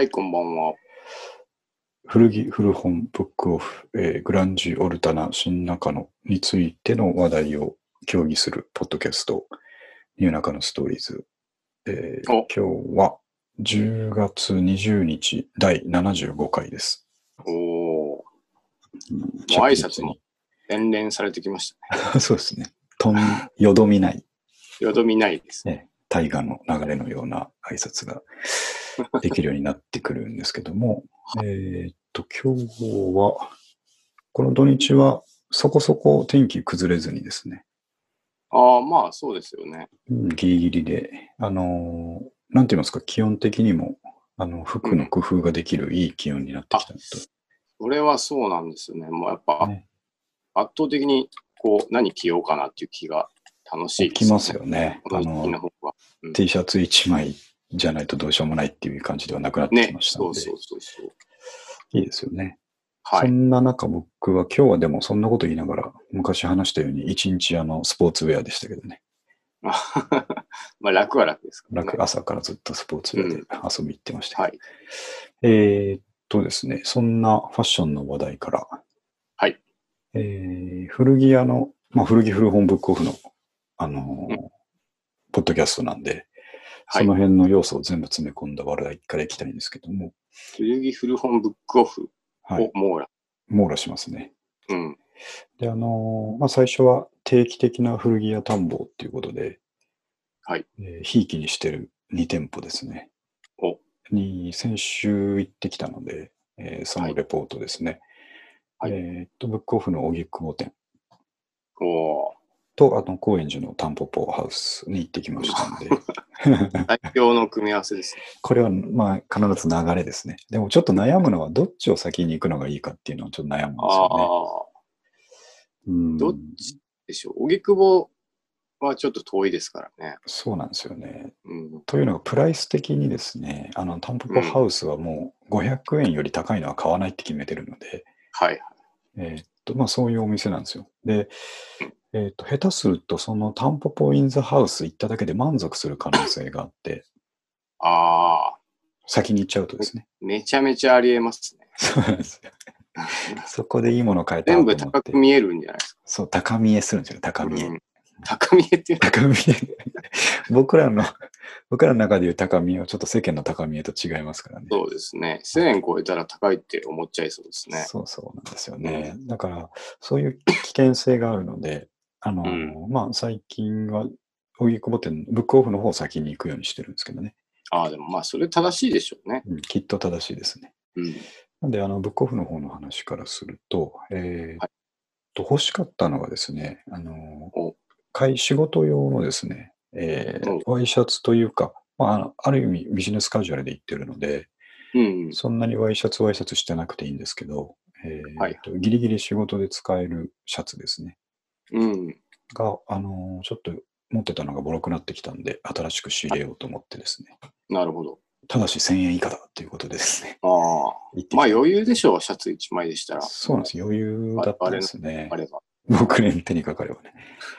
はい、こんばんは。 古着古本ブックオフ、グランジオルタナ新中野についての話題を協議するポッドキャスト、ニューナカのストーリーズ。 お、 今日は10月20日第75回です。 おー、もう着挨拶も実に。 洗練されてきましたね。 そうですね。よどみない、 よどみないですね。 大河の流れのような挨拶ができるようになってくるんですけども、今日は、この土日はそこそこ天気崩れずにですね、 ああ、まあそうですよね。 ギリギリで、なんて言いますか、気温的にも、服のうん。 工夫ができるいい気温になってきあ、 たのと、 それはそうなんですよね。もうやっぱね、 圧倒的に何着ようかなっていう気が楽しい起きますですよね。 よね。 この時期の方が。うん、 T シャツ1枚じゃないとどうしようもないっていう感じではなくなってきね、 ましたんで、 そうそうそうそう。 いいですよね。そはい。 んな中、僕は今日はでもそんなこと言いながら、昔話したように一日スポーツウェアでしたけどね。 まあ楽は楽ですからね。 朝からずっとスポーツウェアでうん。 遊び行ってましたけど。 はい。 ですね、そんなファッションの話題から、 はい。 古着屋の、古着古本ブックオフの、 うん、 ポッドキャストなんで、 はい。 その辺の要素を全部詰め込んだ話題からいきたいんですけども、 古着古本ブックオフはい、 を網羅。 網羅しますね。 うん。 で、最初は定期的な古着屋探訪っていうことで、 はい。 ひいきにしてる2店舗ですね。 お、 に先週行ってきたので、そはい。 のレポートですね。 はい。 ブックオフの荻窪店おー。 と、高円寺のタンポポハウスに行ってきましたんで、 最強の組み合わせですね。 これは必ず流れですね。でもちょっと悩むのはどっちを先に行くのがいいかっていうのをちょっと悩むんですあよね。 あ、 うどっん、 ちでしょう。荻窪はちょっと遠いですからね。 そうなんですよね。 うん。 というのがプライス的にですね、タンポポハうん。 ウスはもう500円より高いのは買わないって決めてるので、 はい。 そういうお店なんですよ。で、下手するとそのタンポポインザハウス行っただけで満足する可能性があって、 ああ、 先に行っちゃうとですね。 めちゃめちゃありえますね。 そうなんですよ。そこでいいもの買えた全部と思って、 高く見えるんじゃないですか。 そう、高見えするんですよ、高見え。 うん。高見えっていうのは、 高見え。僕らの、僕らの中でいう高見えはちょっと世間の高見えと違いますからね。 そうですね。1000円超えたら高いって思っちゃいそうですね。 そうそうなんですようん。 ね。だから、そういう危険性があるので、 うん。 最近は、荻窪店、ブックオフの方を先に行くようにしてるんですけどね。 ああ、でもまあ、それ正しいでしょうね。 うん、きっと正しいですね。 うん。 なんで、ブックオフの方の話からすると、 はい。 欲しかったのがですね、 お、 仕事用のですね、 お、 ワイシャツというか、ある意味ビジネスカジュアルで行ってるので、 うん。 そんなにワイシャツしてなくていいんですけど、 はい。 ギリギリ仕事で使えるシャツですね。 うん。 が、ちょっと持ってたのがボロくなってきたんで、新しく仕入れようと思ってですね。 なるほど。 ただし1000円以下だということでですね。 ああ。 行ってきた。 まあ余裕でしょう。シャツ1枚でしたら。 そうなんです。余裕だったんであれの、 すね。 あれば。 僕ね、手にかかればね。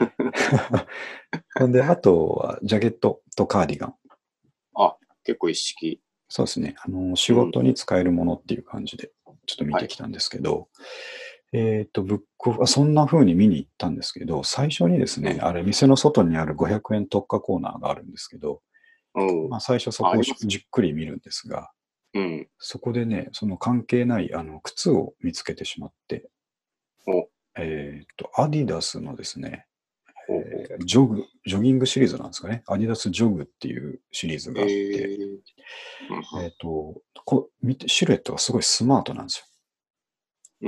ほんで、あとは、ジャケットとカーディガン。 あ、結構一式。 そうですね。仕うん。 事に使えるものっていう感じで、ちょっと見はい。 てきたんですけど、ブックオフ、そんな風に見に行ったんですけど、最初にですね、 うん。 あれ、店の外にある500円特価コーナーがあるんですけど、 おう。 最初そあ、あこをります。 じっくり見るんですが、 うん。 そこでね、その関係ない、靴を見つけてしまって、 お、 アディダスのですね、 ほうほう。 ジョギングシリーズなんですかね。アディダスジョグっていうシリーズがあって、 うんシルエットがすごいスマートなんですよ。 うん。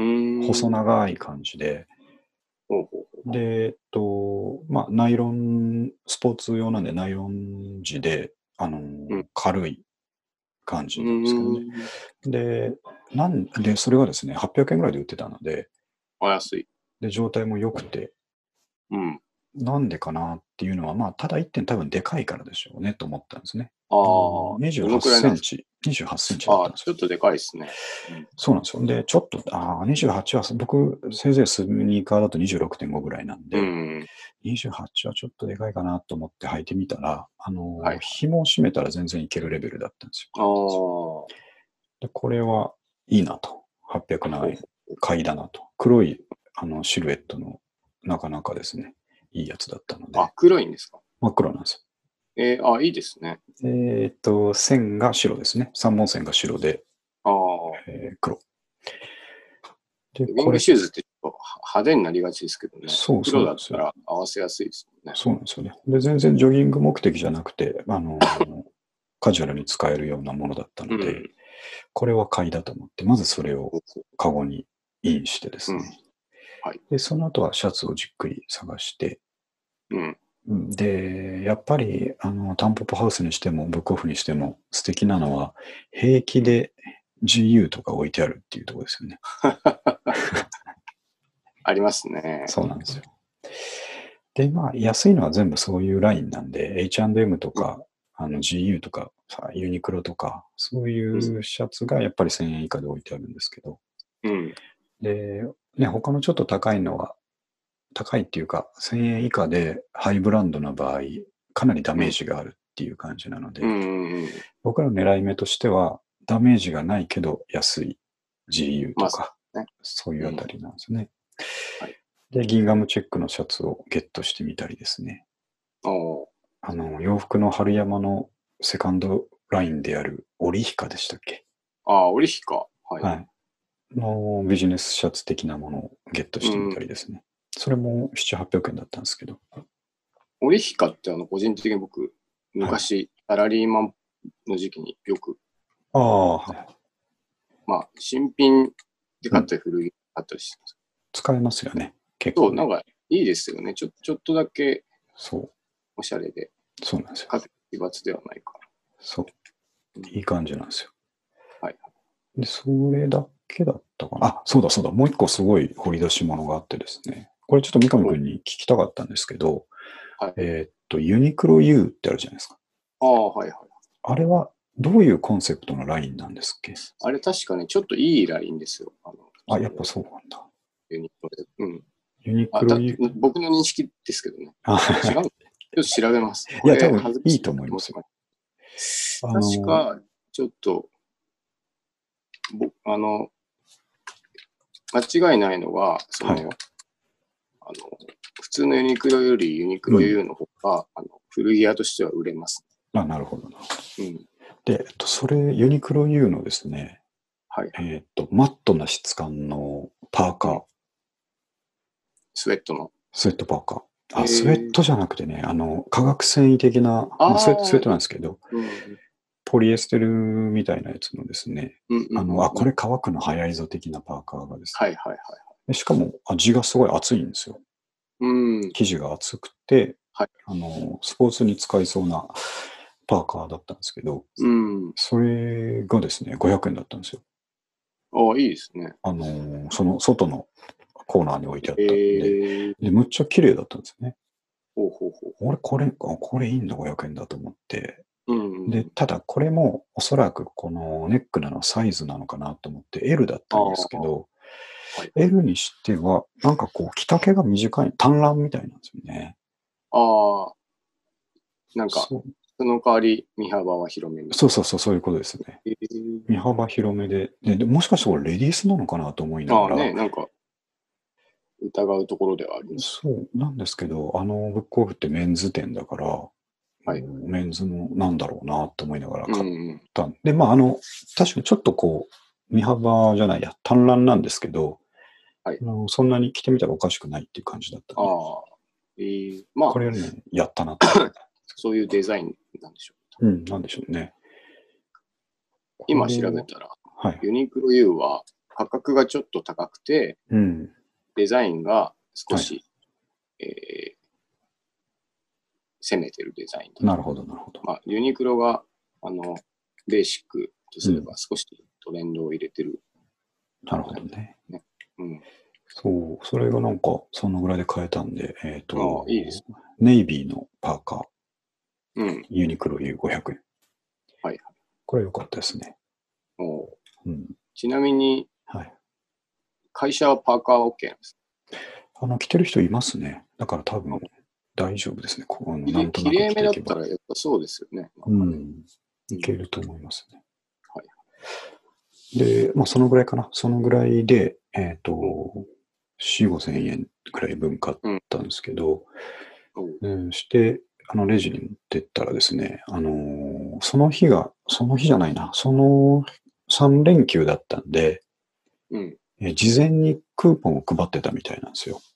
細長い感じで。 ほうほうほで、ナイロン、スポーツ用なんでナイロン地で、 う。うん。 軽い感うじなんですけどね。 ん。 で、それがですね、800円ぐらいで売ってたので、 あ、安い。 で、状態も良くて、 うん。 なんでかなっていうのは、ただ1点多分でかいからでしょうねと思ったんですね。 ああ、 28 どのくらいセなんですか？ ンチ、28センチだっああ、 たんですよ。 ちょっとでかいですね。うん。 そうなんですよ。で、ちょっと、28は、僕、せいぜいスニーカーだと26.5ぐらいなんうで、 ん。 28はちょっとでかいかなと思って履いてみたら、 はい。 紐を締めたら全然いけるレベルだったんですよ。 ああ、 で、これはいいなと。807円。買いだなと。黒いシルエットのなかなかですね、いいやつだったので。 あ、黒いんですか？ 真っ黒なんですあ、いいですね。 よ。線が白ですね。3本線が白で、 ああ、 黒。で、 ウィングシューズってちょっと派手になりがちですけどね。 そう黒だっなんですよ。 たら合わせやすいですもんね。 そうなんですよね。で、全然ジョギング目的じゃなくて、カジュアルに使えるようなものだったので、 うん。 これは買いだと思って、まずそれをカゴにインしてですうん。 ね。 はい。 で、その後はシャツをじっくり探して、 うん。 で、やっぱり、タンポポハウスにしても、ブックオフにしても、素敵なのは、平気で GU とか置いてあるっていうところですよね。 ありますね。 そうなんですよ。で、まあ、安いのは全部そういうラインなんで、H&M とか、GU とか、ユニクロとか、そういうシャツがやっぱり1000円以下で置いてあるんですけど、 うん。 で、ね、他のちょっと高いのは、高いっていうか、1000円以下でハイブランドな場合、かなりダメージがあるっていう感じなので、 うん。うん。 僕らの狙い目としては、ダメージがないけど安い GU まあ、 とか、 ね。 そういうあたりなんですね。 はい。 で、ギンガムチェックのシャツをゲットしてみたりですね。 おー。 洋服の春山のセカンドラインであるオリヒカでしたっけ？ あ、オリヒカ。はい。 はい。のビジネスシャツ的なものをゲットしてみたりですね。それも7、800円だったんですけど。 オリヒカって個人的に僕、 はい。 昔、サラリーマンの時期によく、 ああ、はい。 まあ、新品でうん。 買ったり古着買ったりしてます。 使えますよね。結そう、 構ね。 なんかいいですよね。ちょっとだけそう。 おしゃれで、 そうなんですよ。 かつ奇抜ではないかそう。 ら。うん、 いい感じなんですよ。 はい。 で、それだけだったかな。あ、そうだそうだ。もう一個すごい掘り出し物があってですね。これちょっと三上お、 くんに聞きたかったんですけど、 はい。 ユニクロ U ってあるじゃないですか。 ああ、はいはい。 あれはどういうコンセプトのラインなんですっけ？ あれ確かね、ちょっといいラインですよ。 あ、 普通のやっぱそうなんだ。 ユニクロで。うん。 ユニクロ U。 僕の認識ですけどね。 あ、 違う。ちょっと調べます。 いや、多これ、 分いいと恥ずかしいな。 思いますよ。 確か、ちょっと、ぼあの、間違いないのは、 はい。 あの、普通のユニクロよりユニクロうん。 U の方が、古着屋としては売れます。 あ、なるほどな。 うん。 で、それ、ユニクロ U のですね、 はい。 マットな質感のパーカー、 うん。スウェットの。 スウェットパーカー。あ、スウェッえー、 トじゃなくてね、化学繊維的な、まあ、スウェッああ、 トなんですけど、 うん。 ポリエステルみたいなやつのですね、 うんうんうんうん。 これ乾くの早いぞ的なパーカーがですね、 はいはいはい。 でしかも味がすごい厚いんですよ。 うん。 生地が厚くて、 はい。 スポーツに使いそうなパーカーだったんですけど、 うん。 それがですね、500円だったんですよ。 ああ、いいですね。 その外のコーナーに置いてあったんで、 えー、 で、むっちゃ綺麗だったんですね。 ほうほうほうほ俺、これいいんだ、500円だと思って。 う。うんうで、 ん。 ただこれもおそらくこのネックのサイズなのかなと思って L だっああ、 たんですけど、 はいはい。 L にしては、なんかこう、着丈が短い、短ランみたいなんですよね。 ああ、なんか、 そう、 その代わり身幅は広めみたいそうそうそう、そういうことですね。 な。 身幅広めで、でもしかしてこれレディースなのかなと思いながら、 ああね、なんか疑うところではあります。 そうなんですけど、ブックオフってメンズ店だから、 はい。 メンズのなんだろうなと思いながら買っうんうん。 たんで、まあ、確かにちょっとこう、身幅じゃないや、短ランなんですけど、 はい。 そんなに着てみたらおかしくないっていう感じだったんで、 ああ、まあ、 これね、やったなと。 そういうデザインなんでしょう。 うん、なんでしょうね。こ今れを、 調べたら、 はい。 ユニクロ U は価格がちょっと高くて、 うん、 デザインが少はい。 し、えー攻めてるデザインだと。 なるほど、なるほど。 まあ、ユニクロが、ベーシックとうん、 すれば少しトレンドを入れてるなるほ感じどね。 ね。うん。 そう、それがなんか、そのぐらいで買えたんで、 ああ、いいです。 ネイビーのパーカー、 うん。 ユニクロ U500 円。 はい。 これ良かったですね。 おうん。 ちなみに、 はい。 会社はパーカー OK なんです。 着てる人いますね。だから多分大丈夫ですね。なんとなくきれいめだ着ていけば。 ったらやっぱそうですよね。なんかね。 うん。 うん。 いけると思いますね。 はい。 で、まあ、そのぐらいかな。そのぐらいで、4、5千円ぐらい分買ったんですけど、して、レジに持ってったらですね、その日じゃないな、その3連休だったんで、事前にクーポンを配ってたみたいなんですよ。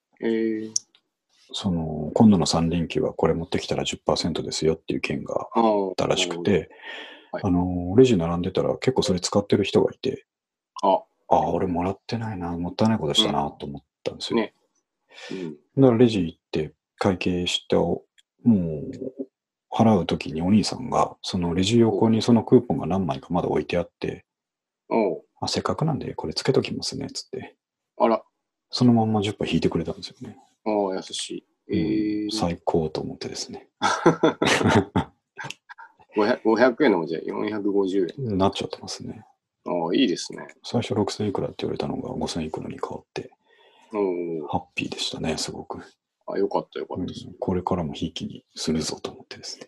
今度の3連休はこれ持ってきたら 10% ですよっていう券があったらしくて、レジ並んでたら結構それ使ってる人がいて、俺もらってないな、もったいないことしたなと思ったんですよ。だからレジ行って会計してもう払うときにお兄さんが、そのレジ横にそのクーポンが何枚かまだ置いてあって、せっかくなんでこれつけときますね、つって。そのまんま10%引いてくれたんですよね。 優しい。 最高と思ってですね。 500円のもじゃあ450円。 なっちゃってますね。 いいですね。 最初6000いくらって言われたのが5000いくらに変わって、ハッピーでしたね、すごく。 よかったよかった、 これからもひいきにするぞと思ってですね。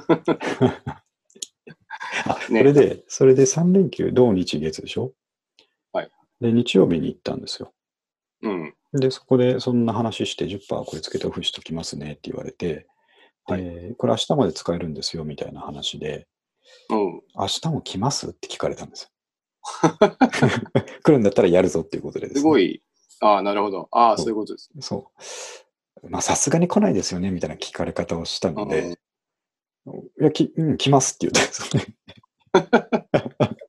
それで3連休、土日月でしょ？で、日曜日に行ったんですよ。で、そこでそんな話して 10% これつけてオフしときますねって言われて、で、これ明日まで使えるんですよみたいな話で、明日も来ますって聞かれたんですよ。来るんだったらやるぞっていうことでですね。 すごい。なるほど。そういうことですね。 そう。さすがに来ないですよねみたいな聞かれ方をしたので、いや、来ますって言ったんです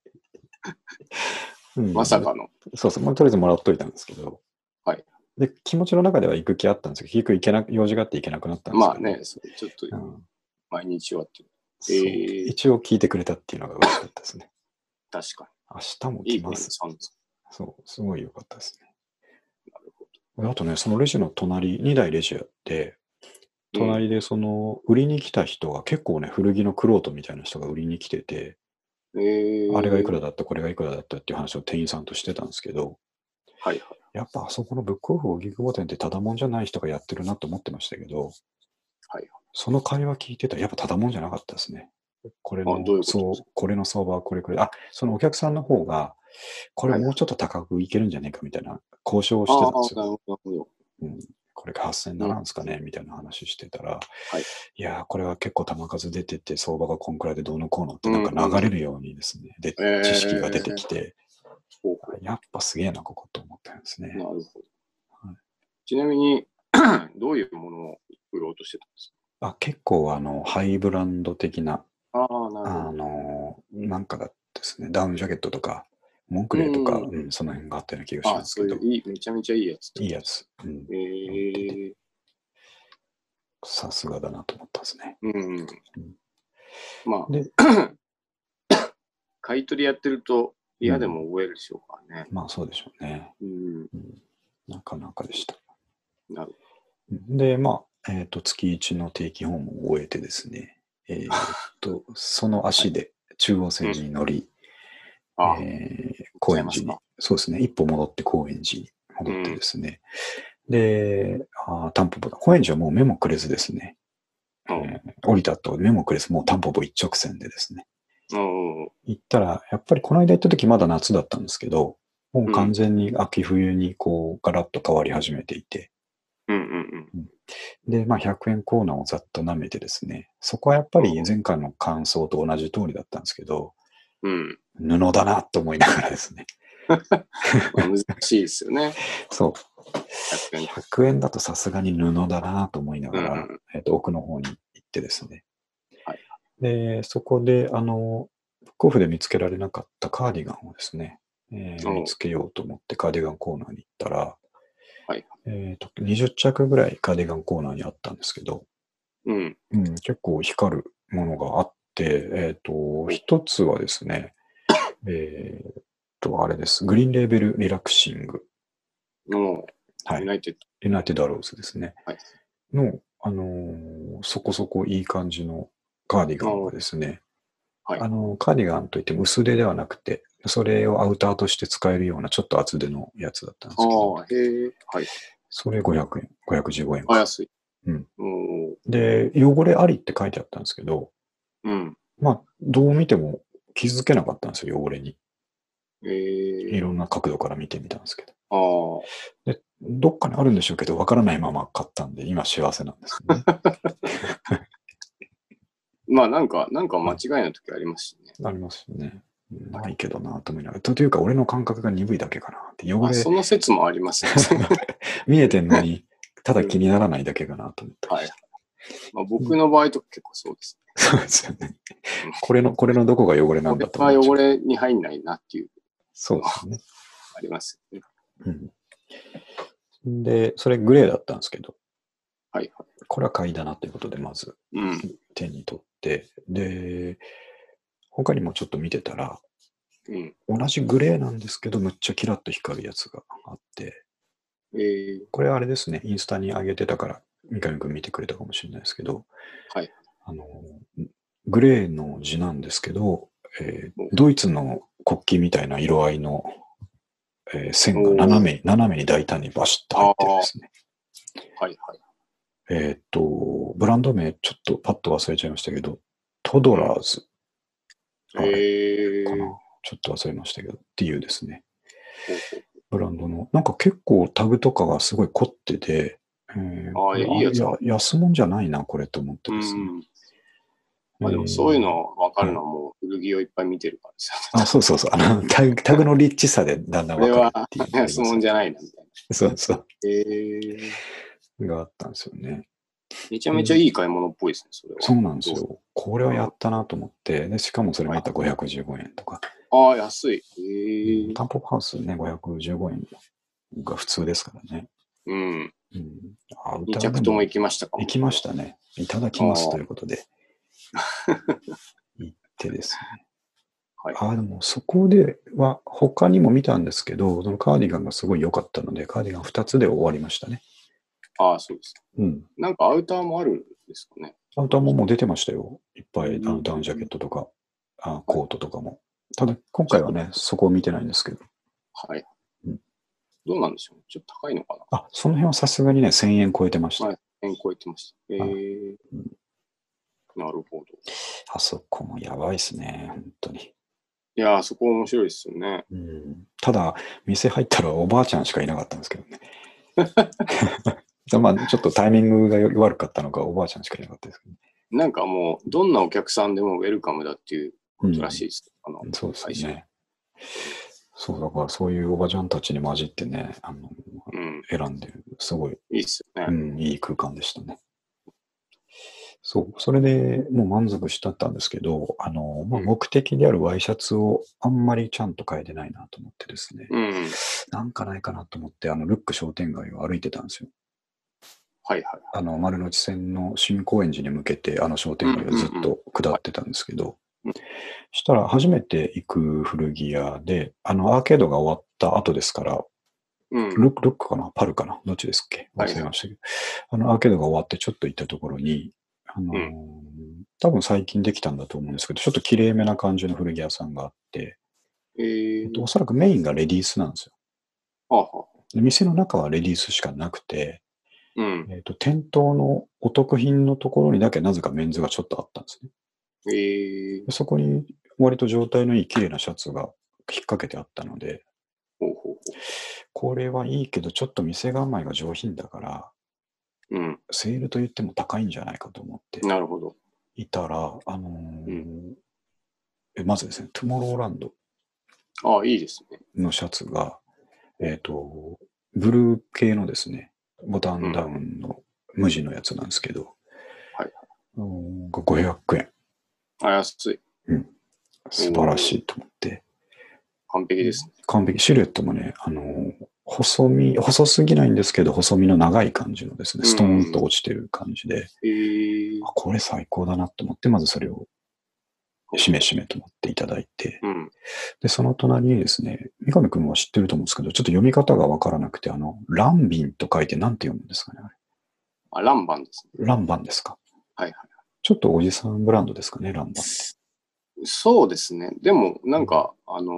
よね。 まさかの。 そうそう。とりあえずもらっといたんですけど。で、気持ちの中では行く気あったんですけど、結局用事があって行けなくなったんですけど。ちょっと、毎日はっていう。一応聞いてくれたっていうのが嬉しかったですね。 確かに。明日も来ます。そう、すごい良かったですね。 なるほど。 あとね、そのレジの隣、2台レジあって、隣で売りに来た人が結構ね、古着の玄人みたいな人が売りに来てて、あれがいくらだった、これがいくらだったっていう話を店員さんとしてたんですけど、やっぱあそこのブックオフ荻窪店ってただもんじゃない人がやってるなと思ってましたけど、その会話聞いてたらやっぱただもんじゃなかったですね。これの相場はこれくらい。そのお客さんの方が、これもうちょっと高くいけるんじゃねえかみたいな交渉をしてたんですよ。これが8000ならんですかねみたいな話してたら、いやー、これは結構球数出てて、相場がこんくらいでどうのこうのってなんか流れるようにですね、で、知識が出てきて、やっぱすげえな、ここと思ったんですね。 なるほど。ちなみに、どういうものを売ろうとしてたんですか？結構ハイブランド的な、なんかだですね、ダウンジャケットとか、モンクレーとか、その辺があったような気がしますけど。 めちゃめちゃいいやつ。 いいやつ。さすがだなと思ったんですね。 買い取りやってると嫌でも覚えるでしょうからね。 そうでしょうね。なかなかでした。 なるほど。で、月1の定期訪問を終えてですね、その足で中央線に乗り、高円寺に、そうですね、一歩戻って高円寺に戻ってですね、で、タンポポだ。高円寺はもう目もくれずですね、降りた後目もくれず、もうタンポポ一直線でですね、行ったら、やっぱりこの間行った時まだ夏だったんですけど、もう完全に秋冬にこうガラッと変わり始めていて、で、100円コーナーをざっと舐めてですね、そこはやっぱり前回の感想と同じ通りだったんですけど、布だなと思いながらですね。 難しいですよね。 そう。100円だとさすがに布だなと思いながら、奥の方に行ってですね。で、そこで、ブックオフで見つけられなかったカーディガンをですね、見つけようと思ってカーディガンコーナーに行ったら、20着ぐらいカーディガンコーナーにあったんですけど、結構光るものがあって、一つはですね、あれです。グリーンレーベルリラクシング。 ユナイテッドアローズですね。の、そこそこいい感じのカーディガンがですね、カーディガンといっても薄手ではなくて、それをアウターとして使えるようなちょっと厚手のやつだったんですけど、それ500円、515円。 安い。 で、汚れありって書いてあったんですけど、どう見ても気づけなかったんですよ、汚れに。 いろんな角度から見てみたんですけど。 ああ。 で、どっかにあるんでしょうけど、わからないまま買ったんで、今幸せなんですね。 まあなんか間違いの時ありますしね。 ありますよね。ないけどなと思いながら。というか、俺の感覚が鈍いだけかなって。汚れ、 その説もありますね。 見えてんのに、ただ気にならないだけかなと思ったりして。 まあ、僕の場合とか結構そうですね。 そうですよね。これのどこが汚れなんだとこれ思っちゃう。 は汚れに入んないなっていう。 そうですね。 ありますよね。 うん。で、それグレーだったんですけど、 はいはい。 これは買いだなということで、まず手に取って、で、他にもちょっと見てたら、同じグレーなんですけど、むっちゃキラッと光るやつがあって、これはあれですね、インスタに上げてたから、三上くん見てくれたかもしれないですけど、 はい。 グレーの字なんですけど、ドイツの国旗みたいな色合いの、線が斜めに大胆にバシッと入ってるんですね。 はいはい。 ブランド名ちょっとパッと忘れちゃいましたけど、トドラーズ。あれかな。ちょっと忘れましたけど、っていうですね。ブランドの、なんか結構タグとかがすごい凝ってて、 いいやつか。 安物じゃないな、これと思ってですね。 まあでもそういうの分かるのはもう古着をいっぱい見てるからですよ。そうそうそう。タグのリッチさでだんだん分かるっていう。 これは安物じゃないなみたいな。 そうそう。があったんですよね。 めちゃめちゃいい買い物っぽいですね、それは。 そうなんですよ。これはやったなと思って、でしかもそれまた515円とか。 安い。 タンポポハウスね、515円が普通ですからね。 2着とも行きましたか？ 行きましたね。いただきますということで。行ってですね。でもそこでは他にも見たんですけど、そのカーディガンがすごい良かったので、カーディガン2つで終わりましたね。 そうです。なんかアウターもあるんですかね。 アウターももう出てましたよ。いっぱいダウンジャケットとか、コートとかも。ただ今回はね、そこを見てないんですけど。 はい。どうなんでしょう。ちょっと高いのかな。 その辺はさすがにね、1000円超えてました。 1000円超えてました。なるほど。 あそこもやばいですね、本当に。 いやそこ面白いですよね。 ただ、店入ったらおばあちゃんしかいなかったんですけどね。まあ、ちょっとタイミングが悪かったのか、おばあちゃんしかいなかったですけどね。 なんかもう、どんなお客さんでもウェルカムだっていうことらしいです。 そうですね。そう、だからそういうおばちゃんたちに混じってね、選んでる、すごい、 いいっすよね。 いい空間でしたね。そう、それでもう満足したったんですけど、目的であるワイシャツをあんまりちゃんと変えてないなと思ってですね。なんかないかなと思って、ルック商店街を歩いてたんですよ。丸の内線の新高円寺に向けて、商店街をずっと下ってたんですけど、したら初めて行く古着屋で、アーケードが終わった後ですから、ルックかなパルかなどっちですっけ忘れましたけど、アーケードが終わってちょっと行ったところに、多分最近できたんだと思うんですけど、ちょっと綺麗めな感じの古着屋さんがあって、おそらくメインがレディースなんですよ。店の中はレディースしかなくて、店頭のお得品のところにだけなぜかメンズがちょっとあったんですね。そこに割と状態のいい綺麗なシャツが引っ掛けてあったので、これはいいけどちょっと店構えが上品だから、セールと言っても高いんじゃないかと思っていたら、まずですね、トゥモローランドいいですね。 のシャツが、ブルー系のですね、ボタンダウンの無地のやつなんですけど、500円。 安い。 素晴らしいと思って。 完璧ですね。 完璧。シルエットもね、細すぎないんですけど、細身の長い感じのですね、ストーンと落ちてる感じで、これ最高だなと思って、まずそれをしめしめと思っていただいて、で、その隣にですね、三上くんは知ってると思うんですけど、ちょっと読み方がわからなくて、ランビンと書いて何て読むんですかね、あれ。 ランバンですね。ランバンですか。ちょっとおじさんブランドですかね、ランバンって。 そうですね。でも、なんか、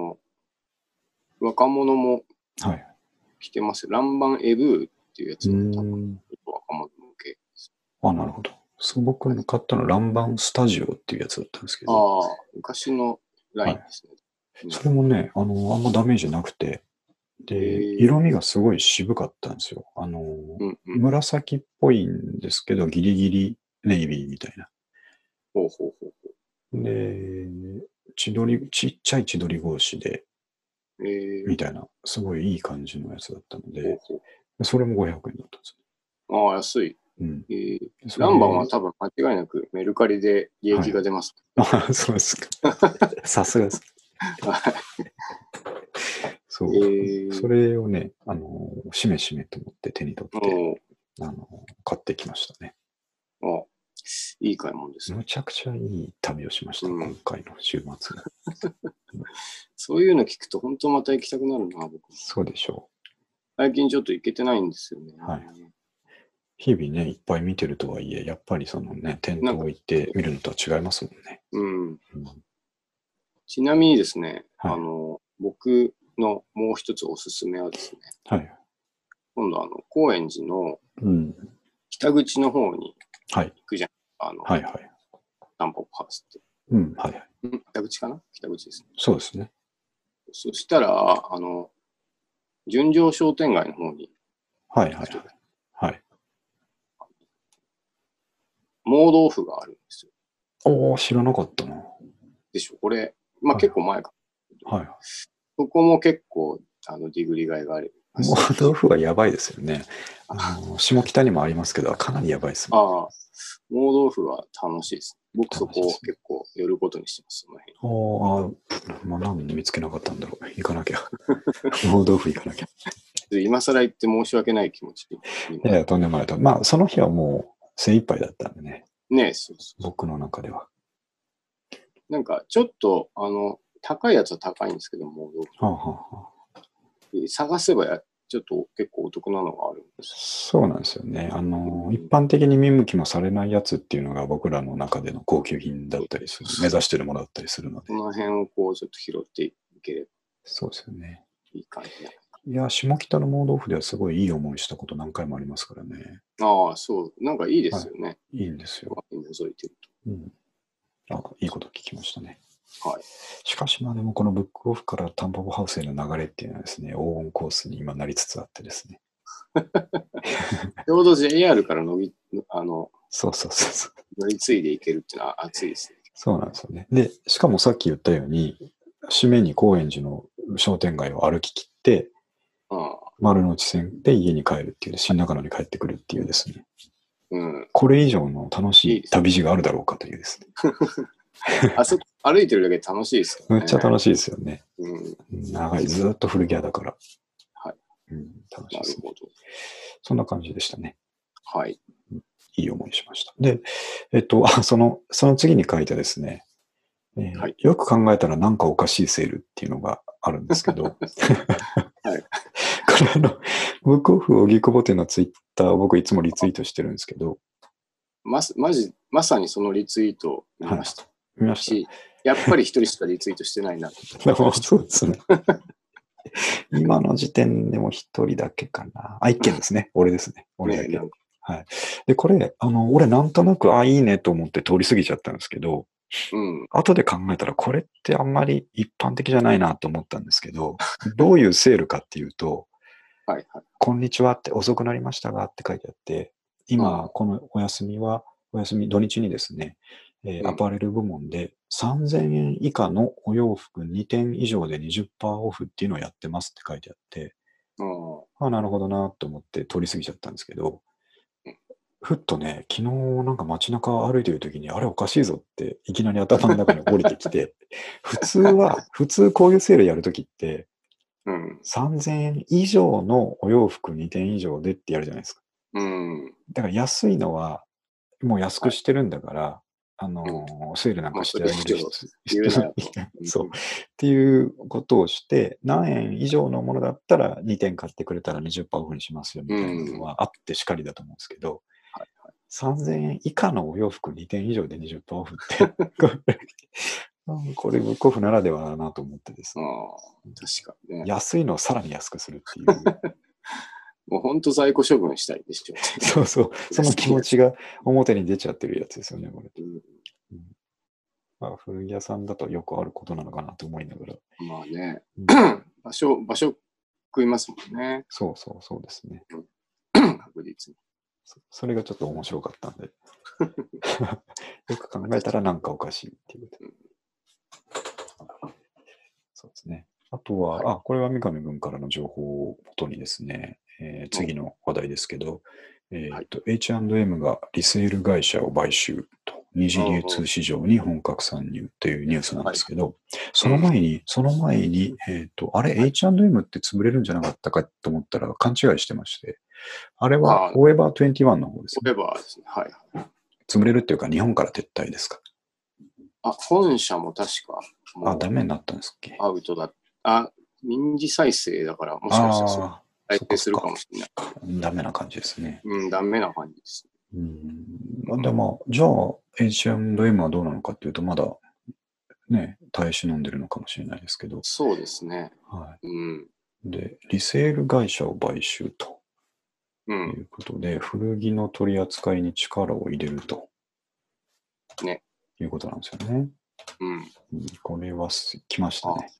若者も着てます。ランバンエブーっていうやつも多分、若者向けです。 なるほど。僕の買ったのランバンスタジオっていうやつだったんですけど。 昔のラインですね。 それもね、あんまダメージなくて、で、色味がすごい渋かったんですよ。紫っぽいんですけど、ギリギリネイビーみたいな。 ほうほうほう。 で、ちっちゃい千鳥格子で、みたいな、すごいいい感じのやつだったので、それも500円だったんですね。ああ、安い。 うん。 ランバンは多分間違いなくメルカリで利益が出ます。 あ、そうですか。さすがです。そう。それをね、しめしめと思って手に取って、買ってきましたね。 あ、いい買い物ですね。 むちゃくちゃいい旅をしました、今回の週末。 そういうの聞くと本当また行きたくなるな、僕。 そうでしょう。 最近ちょっと行けてないんですよね。 はい。日々ね、いっぱい見てるとはいえ、やっぱりそのね、店頭行って見るのとは違いますもんね。 ちなみにですね、僕のもう一つおすすめはですね、今度高円寺の北口の方に行くじゃん。タンポポハウスって。北口かな？北口ですね。 そうですね。 そしたら、純情商店街の方に。盲豆腐があるんですよ。 おー、知らなかったな。 でしょ、これ、まあ結構前か。そこも結構、ディグリがいがある。 盲豆腐はやばいですよね。下北にもありますけど、かなりやばいですもん。 ああ、盲豆腐は楽しいです。僕そこ結構寄ることにしてます、その辺。まあ何で見つけなかったんだろう。行かなきゃ。盲豆腐行かなきゃ。 今更行って申し訳ない気持ち。 いや、とんでもないと。まあ、その日はもう精一杯だったんでね。 そう僕の中では。 なんか、ちょっと、高いやつは高いんですけども、探せばちょっと結構お得なのがあるんです。 そうなんですよね。一般的に見向きもされないやつっていうのが僕らの中での高級品だったりする、目指してるものだったりするので。 この辺をこうちょっと拾っていければ。 そうですよね。 いい感じだ。 いや、下北の盲豆腐ではすごいいい思いしたこと何回もありますからね。 ああ、そう。なんかいいですよね。 いいんですよ。 覗いてると。いいこと聞きましたね。 はい。 しかしまあでもこのブックオフからタンポポハウスへの流れっていうのはですね、黄金コースに今なりつつあってですね。 ちょうど JR から乗り継いでいけるっていうのは熱いですね。 そうなんですよね。で、しかもさっき言ったように、締めに高円寺の商店街を歩き切って、丸の内線で家に帰るっていう、新中野に帰ってくるっていうですね。これ以上の楽しい旅路があるだろうかというですね。 あそこ歩いてるだけで楽しいですよね。 めっちゃ楽しいですよね。長い、ずっと古着屋だから。楽しいですね。そんな感じでしたね。 はい。 いい思いしました。で、その次に書いてですね、よく考えたらなんかおかしいセールっていうのがあるんですけど、これブックオフ荻窪店のツイッターを僕いつもリツイートしてるんですけど、 まさにそのリツイートを見ました。 見ました。 やっぱり一人しかリツイートしてないな。 そうですね。今の時点でも一人だけかな。一件ですね。俺ですね。俺だけ。はい。で、これ、俺なんとなく、いいねと思って通り過ぎちゃったんですけど、後で考えたら、これってあんまり一般的じゃないなと思ったんですけど、どういうセールかっていうと、こんにちはって遅くなりましたがって書いてあって、今、このお休み、土日にですね、アパレル部門で3000円以下のお洋服2点以上で 20% オフっていうのをやってますって書いてあって、なるほどなと思って通り過ぎちゃったんですけど、ふっとね、昨日なんか街中歩いてる時に、あれおかしいぞっていきなり頭の中に降りてきて、普通こういうセールやるときって、3000円以上のお洋服2点以上でってやるじゃないですか。だから安いのは、もう安くしてるんだから、セールなんかしてあげるそう。っていうことをして、何円以上のものだったら2点買ってくれたら 20% オフにしますよみたいなのはあってしかりだと思うんですけど、3000円以下のお洋服2点以上で 20% オフって、これブックオフならではだなと思ってですね。 確かにね。 安いのをさらに安くするっていう。 もう本当在庫処分したいでしょ。 そう。その気持ちが表に出ちゃってるやつですよね、これ。 古着屋さんだとよくあることなのかなと思いながら。 まあね、場所食いますもんね。 そうですね。 確実に。 それがちょっと面白かったんで。よく考えたらなんかおかしいっていうこと。そうですね。あとは、これは三上君からの情報をもとにですね、次の話題ですけど、H&M がリセール会社を買収と、二次流通市場に本格参入というニュースなんですけど、その前に、あれ、H&M って潰れるんじゃなかったかと思ったら勘違いしてまして、あれは Forever 21の方ですね。Forever ですね。はい。 潰れるっていうか、日本から撤退ですか？ 本社も確か、 ダメになったんですっけ？ アウトだ。民事再生だから、もしかしたら再生するかもしれない。 ダメな感じですね。 ダメな感じです。 でも、じゃあ、H&M はどうなのかっていうと、まだ、ね、耐え忍んでるのかもしれないですけど。 そうですね。 はい。で、リセール会社を買収と。いうことで、古着の取り扱いに力を入れると。 ね。 いうことなんですよね。これは来ましたね。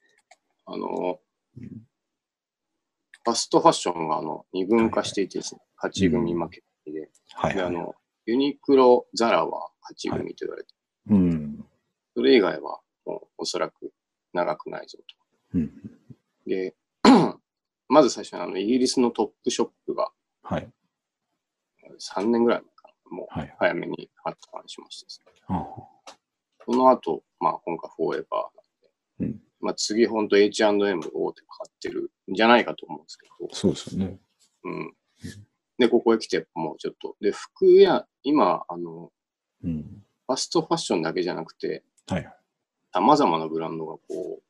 ファストファッションが二分化していてですね、勝ち組負け組で。で、ユニクロ、ザラは勝ち組と言われて、それ以外はもうおそらく長くないぞと。で、まず最初にイギリスのトップショップが、3年ぐらい前かな、もう早めに発刊しましたですね。その後、今回フォーエバーなんで、次本当 H&M 大手かかってるんじゃないかと思うんですけど。 そうですよね。 で、ここへ来てもうちょっと。で、服や、今、ファストファッションだけじゃなくて、様々なブランドがこ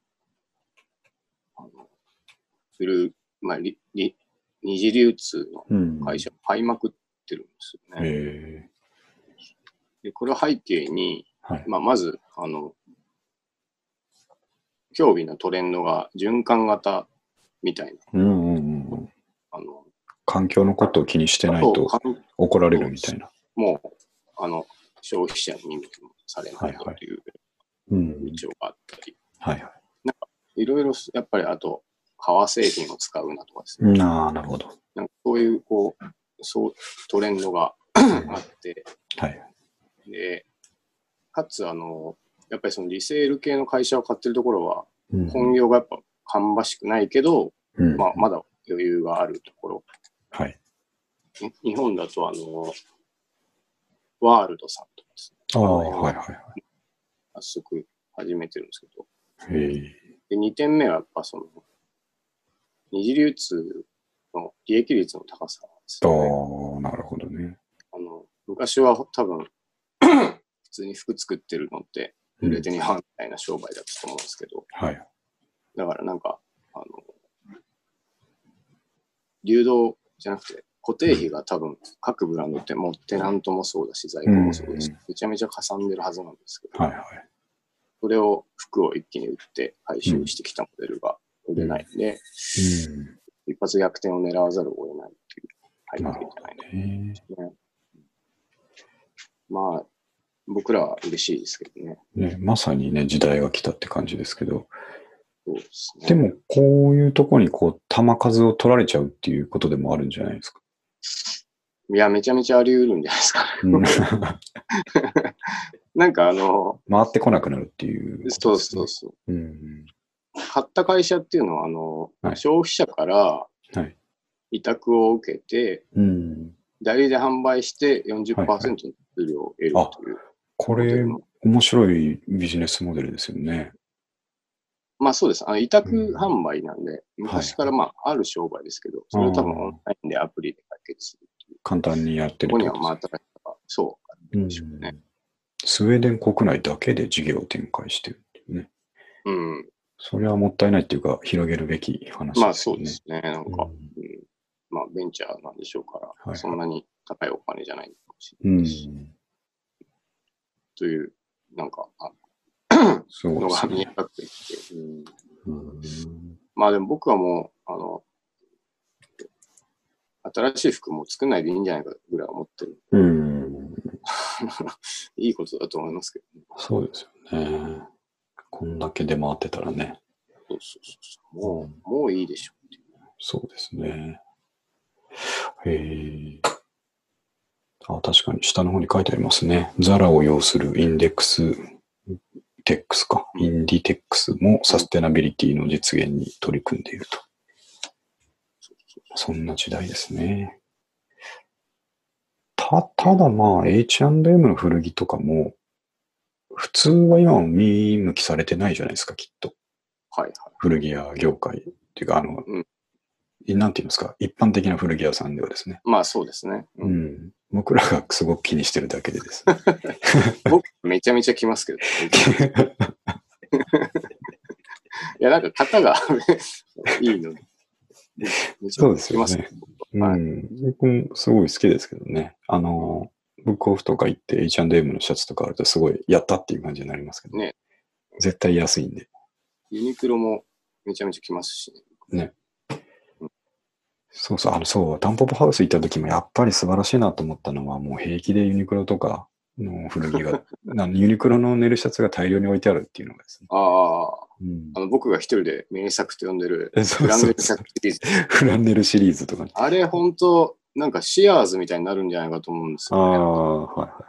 う、二次流通の会社を買いまくってるんですよね。で、これを背景に、まず、競技のトレンドが循環型みたいな。 環境のことを気にしてないと怒られるみたいな。 もう、消費者にされないという主張があったり。なんか、いろいろ、やっぱりあと、革製品を使うなとかですね。 なるほど。 なんかそういう、トレンドがあって、で、かつ、やっぱりそのリセール系の会社を買ってるところは、本業がやっぱ芳しくないけど、まだ余裕があるところ。日本だと、ワールドさんとかですね。早速始めてるんですけど。で、2点目はやっぱ二次流通の利益率の高さですね。 なるほどね。 昔は多分、普通に服作ってるのって、売れて2万みたいな商売だったと思うんですけど、だからなんか、流動じゃなくて、固定費が多分、各ブランドってもうテナントもそうだし、在庫もそうだし、めちゃめちゃかさんでるはずなんですけど、それを服を一気に売って回収してきたモデルが売れないんで、一発逆転を狙わざるを得ないっていう背景じゃないですね。まあ、僕らは嬉しいですけどね。 まさにね、時代が来たって感じですけど。 そうですね。 でも、こういうとこに玉数を取られちゃうっていうことでもあるんじゃないですか。 いや、めちゃめちゃあり得るんじゃないですかね。なんか回ってこなくなるっていう、ね。 そう。買った会社っていうのは、消費者から委託を受けて、代理で販売して 40% の手数料を得るという。 これ、面白いビジネスモデルですよね。 まあそうです。委託販売なんで、昔からある商売ですけど、それを多分オンラインでアプリで解決するっていう。 簡単にやってるここにはまた、そうでしょうね。 スウェーデン国内だけで事業を展開してるっていうね。それはもったいないっていうか、広げるべき話ですね。 まあそうですね。なんか、まあベンチャーなんでしょうから、そんなに高いお金じゃないかもしれないし。という、なんか、のが見え隠れてきて。まあでも僕はもう、新しい服も作んないでいいんじゃないかぐらい思ってる。 いいことだと思いますけどね。 そうですよね。こんだけ出回ってたらね。 もういいでしょう。 そうですね。確かに下の方に書いてありますね。ザラを要するインデックステックスか。インディテックスもサステナビリティの実現に取り組んでいると。そんな時代ですね。ただまあ H&M の古着とかも、普通は今も見向きされてないじゃないですか、きっと。 はいはい。 古着屋業界っていうか、なんていうんですか、一般的な古着屋さんではですね。 まあそうですね。 僕らがすごく気にしてるだけでですね。 僕めちゃめちゃ来ますけど。いや、なんか型がいいので。 そうですよね。僕もすごい好きですけどね。ブックオフとか行って H&M のシャツとかあるとすごいやったっていう感じになりますけどね。絶対安いんで。 ユニクロもめちゃめちゃ来ますしね。そうそう、タンポポハウス行った時もやっぱり素晴らしいなと思ったのは、もう平気でユニクロとかの古着が、ユニクロのネルシャツが大量に置いてあるっていうのがですね。 僕が一人で名作と呼んでるフランネルシリーズ。 フランネルシリーズとかね。 あれ本当なんかシアーズみたいになるんじゃないかと思うんですよね。 はいはい。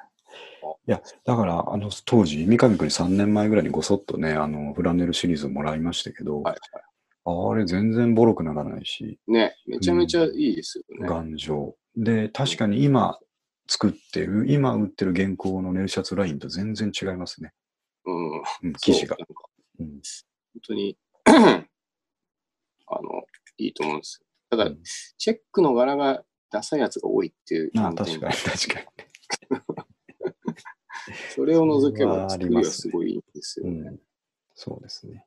いや、だから、当時、三上くんに3年前ぐらいにごそっとね、フランネルシリーズをもらいましたけど、あれ全然ボロくならないし。 ね、めちゃめちゃいいですよね。 頑丈。で、確かに今売ってる現行のネルシャツラインと全然違いますね。生地が。 本当にいいと思うんですよ。ただ、チェックの柄がダサいやつが多いっていう確かに。 それを除けば作りはすごいいいんですよね。 そうですね。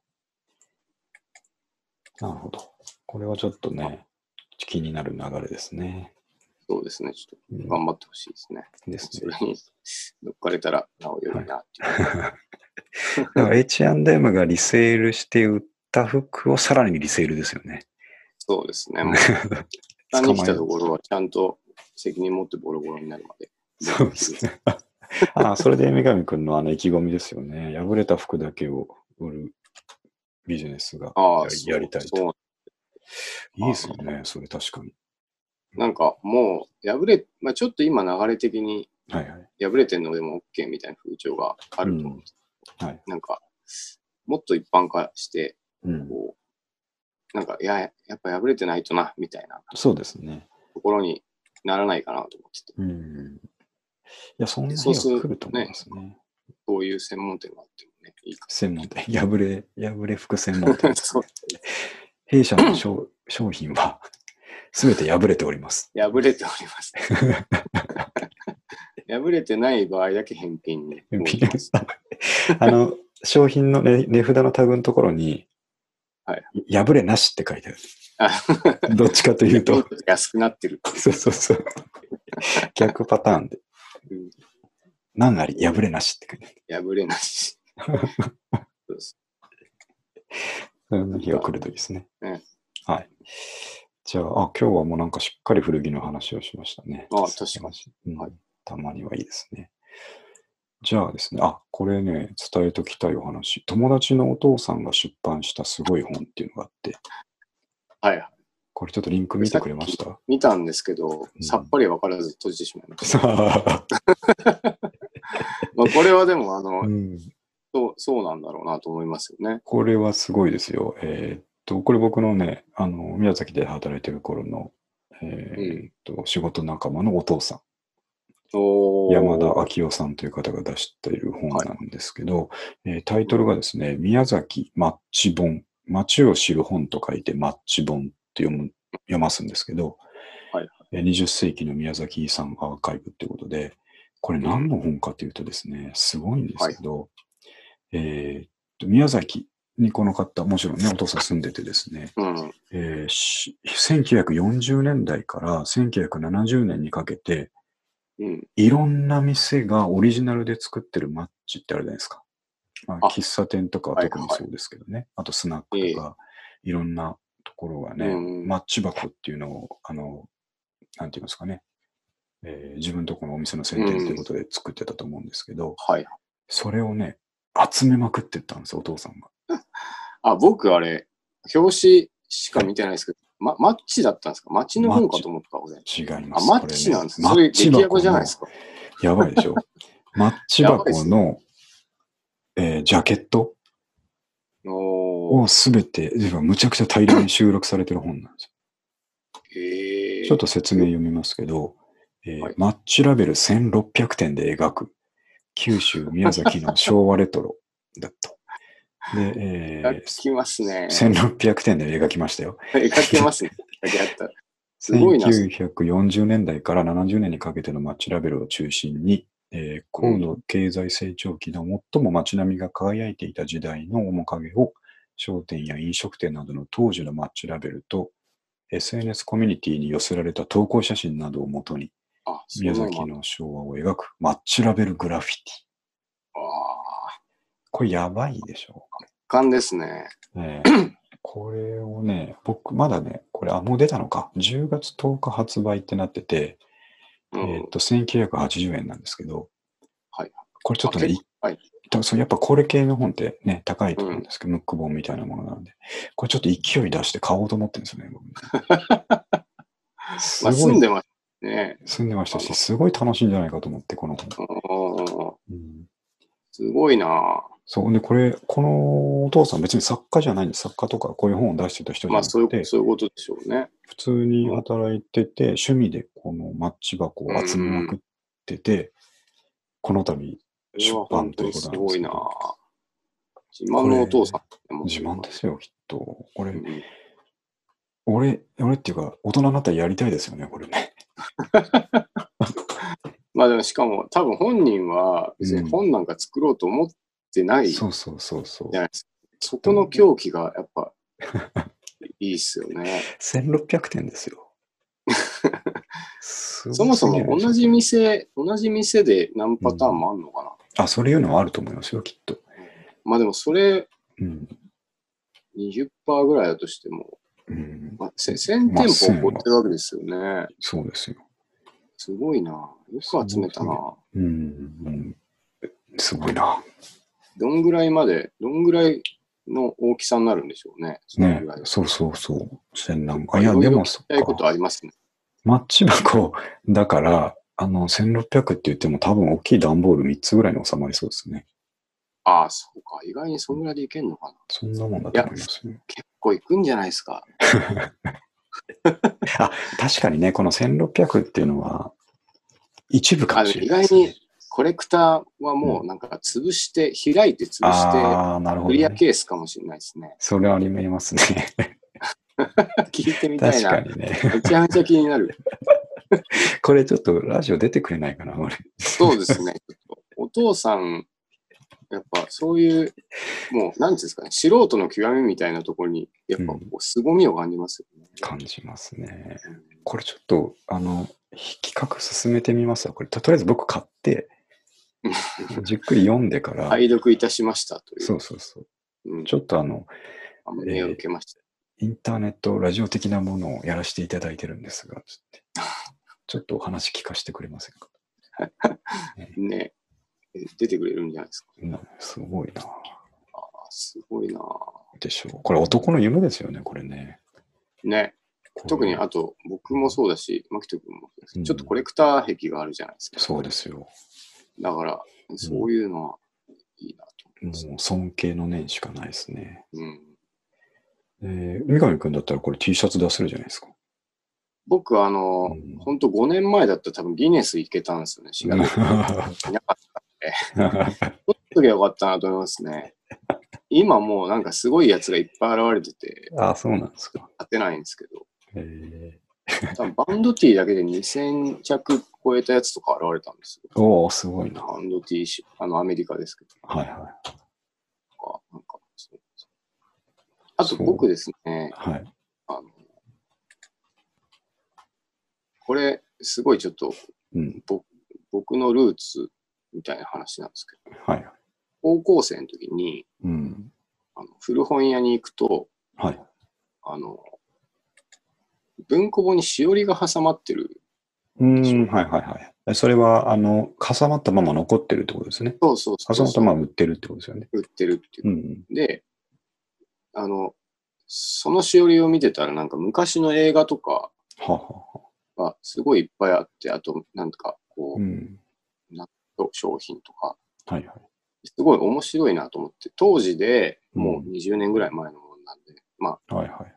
なるほど。これはちょっとね、気になる流れですね。 そうですね。ちょっと頑張ってほしいですね。それに乗っかれたらなおよりなっていう。 だから H&M がリセールして売った服をさらにリセールですよね。 そうですね。もう、下に来たところはちゃんと責任持ってボロボロになるまで。 そうですね。それで三上くんの意気込みですよね。破れた服だけを売るビジネスがやりたいと。いいですよね、それ確かに。 なんかもうちょっと今流れ的に破れてんのでも OK みたいな風潮があると思うんです。なんかもっと一般化して、こうなんかやっぱ破れてないとなみたいな。 そうですね。 ところにならないかなと思ってて。 いや、そんな日が来ると思いますね。 そういう専門店があってもね、いいか。 専門店。破れ服専門店。弊社の商品は、すべて破れております。 破れております。破れてない場合だけ返品に。 商品の値札のタグのところに、破れなしって書いてある。どっちかというと。 安くなってる。 そう。逆パターンで。何あり破れなしって書いてある。破れなし。 そうです。そんな日が来るといいですね。はい。じゃあ、今日はもうなんかしっかり古着の話をしましたね。 確かに。 たまにはいいですね。じゃあですね、これね、伝えときたいお話。友達のお父さんが出版したすごい本っていうのがあって。これちょっとリンク見てくれました？ 見たんですけど、さっぱり分からず閉じてしまいました。これはでも、そうなんだろうなと思いますよね。 これはすごいですよ。これ僕のね、宮崎で働いてる頃の、仕事仲間のお父さん。山田昭夫さんという方が出している本なんですけど、タイトルがですね、宮崎マッチ本。街を知る本と書いてマッチ本って読ますんですけど、20世紀の宮崎遺産アーカイブっていうことで、これ何の本かというとですね、すごいんですけど、宮崎にこの方、もちろんね、お父さん住んでてですね、1940年代から1970年にかけて、いろんな店がオリジナルで作ってるマッチってあるじゃないですか。喫茶店とかは特にそうですけどね。あとスナックとか、いろんなところがね、マッチ箱っていうのを、なんて言いますかね。 自分とこのお店の宣伝ということで作ってたと思うんですけど、 はい。 それをね、集めまくってったんですよ、お父さんが。 あ、僕あれ、表紙しか見てないですけど、マッチだったんですか？マッチの本かと思った、俺。 違います。 マッチなんですか？それ、激ヤバじゃないですか。 やばいでしょ。マッチ箱の、ジャケットをすべて、むちゃくちゃ大量に収録されてる本なんですよ。ちょっと説明読みますけど、マッチラベル1600点で描く九州宮崎の昭和レトロだと。で、 描きますね。 1600点で描きましたよ。 描けますね。 すごいな。1940年代から70年にかけての街ラベルを中心に、高度経済成長期の最も街並みが輝いていた時代の面影を商店や飲食店などの当時のマッチラベルと SNS コミュニティに寄せられた投稿写真などをもとに宮崎の昭和を描くマッチラベルグラフィティ。これやばいでしょ。 圧巻ですね。 これをね、僕まだね、これもう出たのか。10月10日発売ってなってて、1980円なんですけど、 はい、 これちょっとね、やっぱこれ系の本ってね、高いと思うんですけど、ムック本みたいなものなんで、これちょっと勢い出して買おうと思ってるんですよね、僕ね。 すごい住んでましたね。 住んでましたし、すごい楽しいんじゃないかと思って、この本。 すごいな。 そう。で、このお父さん別に作家じゃないんです。作家とかこういう本を出してた人じゃなくて、 そういうことでしょうね。 普通に働いてて、趣味でこのマッチ箱を集めまくってて、この度出版ということなんですけど。すごいな。 自慢のお父さん。自慢ですよ、きっと。これ、俺っていうか、大人になったらやりたいですよね、これね。 まあでもしかも多分本人は別に本なんか作ろうと思ってないじゃないですか。そこの狂気がやっぱいいっすよね。 1600点ですよ。 そもそも同じ店で何パターンもあるのかな。 そういうのはあると思いますよ、きっと。 まあでもそれ、20% ぐらいだとしても、1000店舗起こってるわけですよね。 そうですよ。 すごいな。よく集めたな。 すごいな。 どんぐらいの大きさになるんでしょうね。 そう。 いや、でもそっか。ことありますね。 マッチ箱だから、1600って言っても多分大きい段ボール3つぐらいに収まりそうですね。 そうか。意外にそんぐらいでいけんのかな。 そんなもんだと思いますね。 結構いくんじゃないですか。 確かにね、この1600っていうのは一部かもしれないですね。意外にコレクターはもうなんか開いて潰してクリアケースかもしれないですね。 それはありますね。 聞いてみたいな。 確かにね。 めちゃめちゃ気になる。 これちょっとラジオ出てくれないかな、俺。 そうですね。お父さん、やっぱそういう、もう、なんていうんですかね、素人の極みみたいなところに、やっぱ凄みを感じますよね。 感じますね。これちょっと、企画進めてみますわ。これ、とりあえず僕買って、じっくり読んでから。 拝読いたしましたという。 そう。ちょっと目を受けました。 インターネットラジオ的なものをやらせていただいてるんですが、ちょっとお話聞かせてくれませんか。 ね。出てくれるんじゃないですか。 すごいな。 すごいな。 でしょう。これ男の夢ですよね、これね。 ね。特にあと、僕もそうだし、牧人君もそうです。ちょっとコレクター癖があるじゃないですか。 そうですよ。 だから、そういうのはいいなと思います。 もう尊敬の念しかないですね。三上君だったらこれ T シャツ出せるじゃないですか。 僕、本当5年前だったら多分ギネス行けたんですよね。調べていなかったんで。取っときゃよかったなと思いますね。今もうなんかすごいやつがいっぱい現れてて。 そうなんですか。 当てないんですけど。多分バンド T だけで2000着超えたやつとか現れたんですよ。すごいな。 バンド T、アメリカですけど。 はい。 なんかあと僕ですね。これ、すごいちょっと、僕のルーツみたいな話なんですけど、高校生の時に、古本屋に行くと、文庫本にしおりが挟まってるはいはいはい。それは、挟まったまま残ってるってことですね。 そうそうそう。 挟まったまま売ってるってことですよね。 売ってるっていう。で、そのしおりを見てたら、なんか昔の映画とかがすごいいっぱいあって、あと、なんかこう、納豆商品とか、 はいはい。 すごい面白いなと思って、当時でもう20年ぐらい前のものなんで、まあ、 はいはい、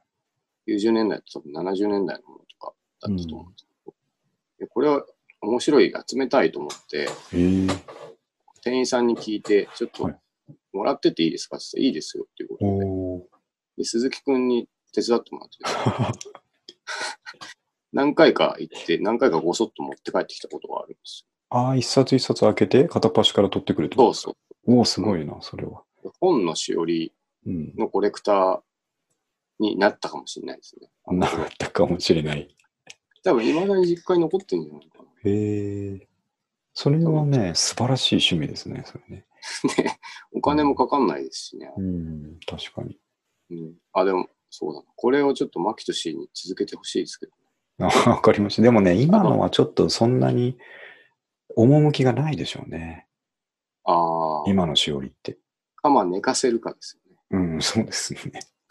90年代と70年代のものとかだったと思うんですけど、でこれは面白い、集めたいと思って、店員さんに聞いて、ちょっともらってていいですかって言っていいですよっていうことで、鈴木くんに手伝ってもらって、何回か行って、何回かごそっと持って帰ってきたことがあるんですよ。ああ、一冊一冊開けて、片っ端から取ってくるってことですか？そうそう。おお、すごいな、それは。 本のしおりのコレクターになったかもしれないですね。 なったかもしれない。 多分、未だに実家に残ってるんじゃないかな。 へえ。それはね、素晴らしい趣味ですね、それね。 ね、お金もかかんないですしね。 確かに。 でも、そうだな。これをちょっとマキトシーに続けてほしいですけど。 わかりました。でもね、今のはちょっとそんなに趣がないでしょうね。今のしおりって。 まあ、寝かせるかですよね。そうですね。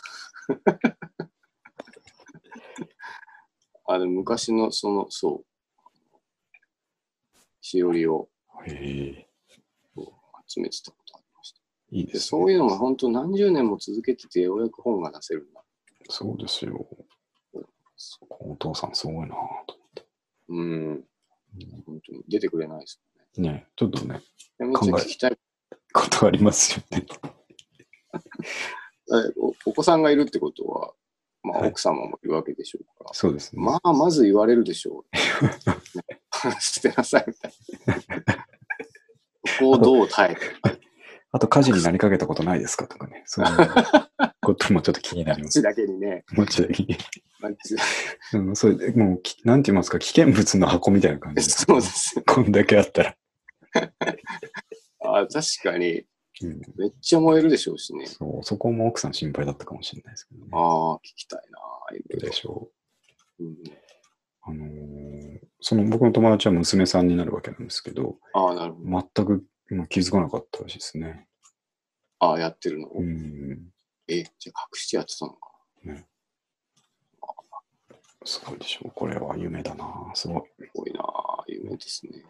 でも昔のそう、しおりを集めてたことありました。 いいですね。 そういうのが本当何十年も続けてて、ようやく本が出せるんだ。 そうですよ。お父さんすごいなと思って。 本当に出てくれないですよね。ね、ちょっとね、 めっちゃ聞きたいことありますよね。 お子さんがいるってことは、まあ、奥様もいるわけでしょうから。 そうですね。 まあ、まず言われるでしょう。捨てなさいみたいな。ここをどう耐えて。 あと、火事になりかけたことないですかとかね。そういうこともちょっと気になります。 だけにね。 だけに。それもう、なんて言いますか、危険物の箱みたいな感じです、 そうです。 こんだけあったら。 確かに。めっちゃ燃えるでしょうしね。 そこも奥さん心配だったかもしれないですけどね。 聞きたいな。 どうでしょう。その僕の友達は娘さんになるわけなんですけど、 なるほど。 全く気づかなかったらしいですね。 やってるのじゃあ隠してやってたのかな。ね。 すごいでしょう。これは夢だな。すごい。 すごいな。夢ですね。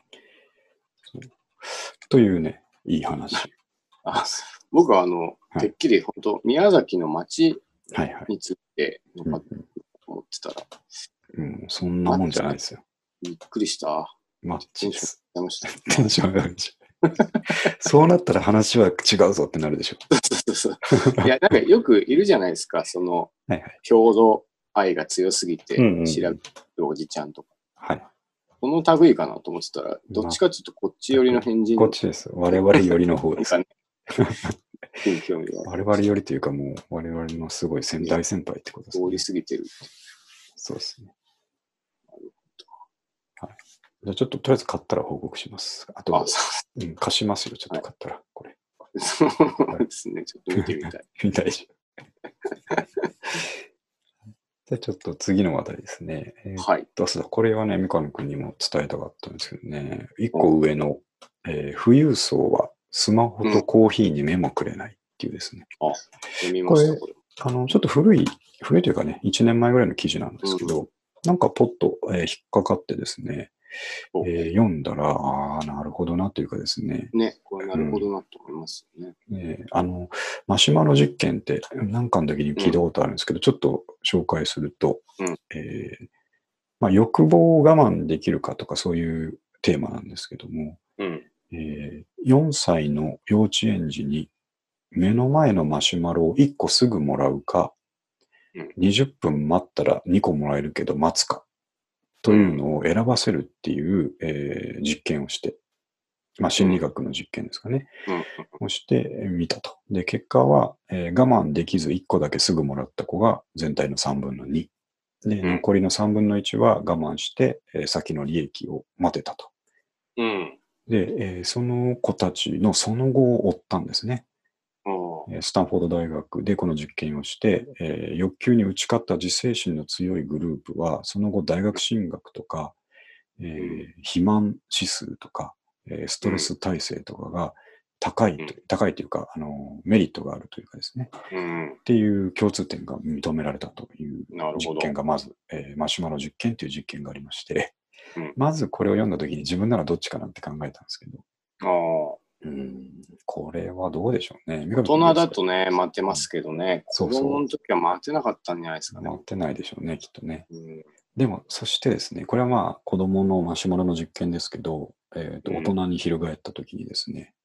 というね、いい話。 僕はてっきり本当、宮崎の町について思ってたら、 そんなもんじゃないですよ。 びっくりした。 マッチです。テンション上がるでしょ。そうなったら話は違うぞってなるでしょ。 いや、なんかよくいるじゃないですか、郷土愛が強すぎて調べるおじちゃんとか。この類かなと思ってたら、どっちかというとこっち寄りの返事。 こっちです。我々寄りの方です。我々寄りというかもう我々のすごい大先輩ってことですね。 通り過ぎてる。 そうですね。じゃあちょっととりあえず買ったら報告します。あと、貸しますよ、ちょっと買ったら、これ。 そうですね、ちょっと見てみたい。 見たいし。じゃあちょっと次の話題ですね。これはね、三上君にも伝えたかったんですけどね、一個上の、富裕層はスマホとコーヒーに目もくれないっていうですね。 読みました、これ。 ちょっと古いというかね、1年前ぐらいの記事なんですけど、なんかポッと、引っかかってですね、読んだら、なるほどなというかですね。 ね、これなるほどなと思いますよね。 マシュマロ実験って何かの時に聞いたことあるんですけど、ちょっと紹介すると、欲望を我慢できるかとかそういうテーマなんですけども、4歳の幼稚園児に目の前のマシュマロを1個すぐもらうか、20分待ったら2個もらえるけど待つかというのを選ばせるっていう、実験をして、心理学の実験ですかね。をしてみたと。で、結果は、我慢できず1個だけすぐもらった子が全体の3分の2。で、残りの3分の1は我慢して、先の利益を待てたと。で、その子たちのその後を追ったんですね。スタンフォード大学でこの実験をして、欲求に打ち勝った自制心の強いグループは、その後大学進学とか、 肥満指数とか、ストレス耐性とかが高いというか、メリットがあるというかですね、っていう共通点が認められたという実験がまず、マシュマロ実験という実験がありまして、まずこれを読んだときに自分ならどっちかなって考えたんですけど、これはどうでしょうね。 大人だとね、待てますけどね、子供の時は待てなかったんじゃないですかね。 待ってないでしょうね、きっとね。でも、そしてですね、これはまあ子供のマシュマロの実験ですけど、大人に翻ったときにですね、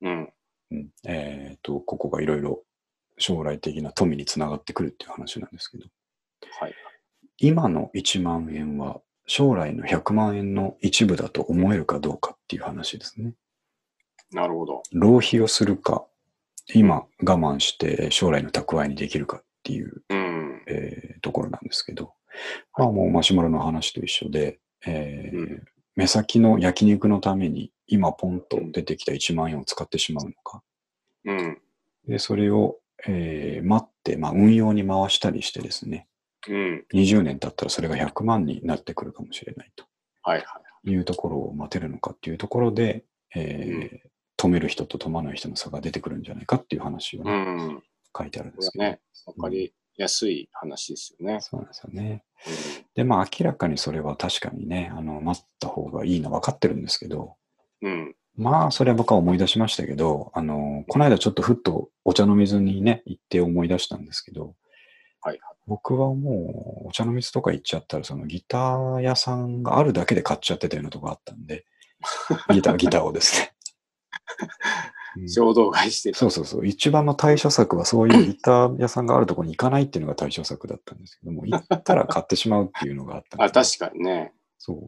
ここがいろいろ将来的な富につながってくるっていう話なんですけど、今の1万円は将来の100万円の一部だと思えるかどうかっていう話ですね。 なるほど。 浪費をするか、今我慢して将来の蓄えにできるかっていう、ところなんですけど、まあもうマシュマロの話と一緒で、目先の焼肉のために今ポンと出てきた1万円を使ってしまうのか、でそれを、待って、まあ、運用に回したりしてですね、20年経ったらそれが100万になってくるかもしれないというところを待てるのかっていうところで、止める人と止まない人の差が出てくるんじゃないかっていう話を、ね書いてあるんですけど。 ね、わかりやすい話ですよね。 そうなんですよね。で、まあ明らかにそれは確かにね、待った方がいいの分かってるんですけど、まあそれは僕は思い出しましたけど、この間ちょっとふっとお茶の水にね、行って思い出したんですけど、僕はもうお茶の水とか行っちゃったら、そのギター屋さんがあるだけで買っちゃってたようなとこあったんで、ギターをですね。 衝動買いしてそう。一番の対処策はそういうギター屋さんがあるところに行かないっていうのが対処策だったんですけども、行ったら買ってしまうっていうのがあったんです。確かにね。 そう。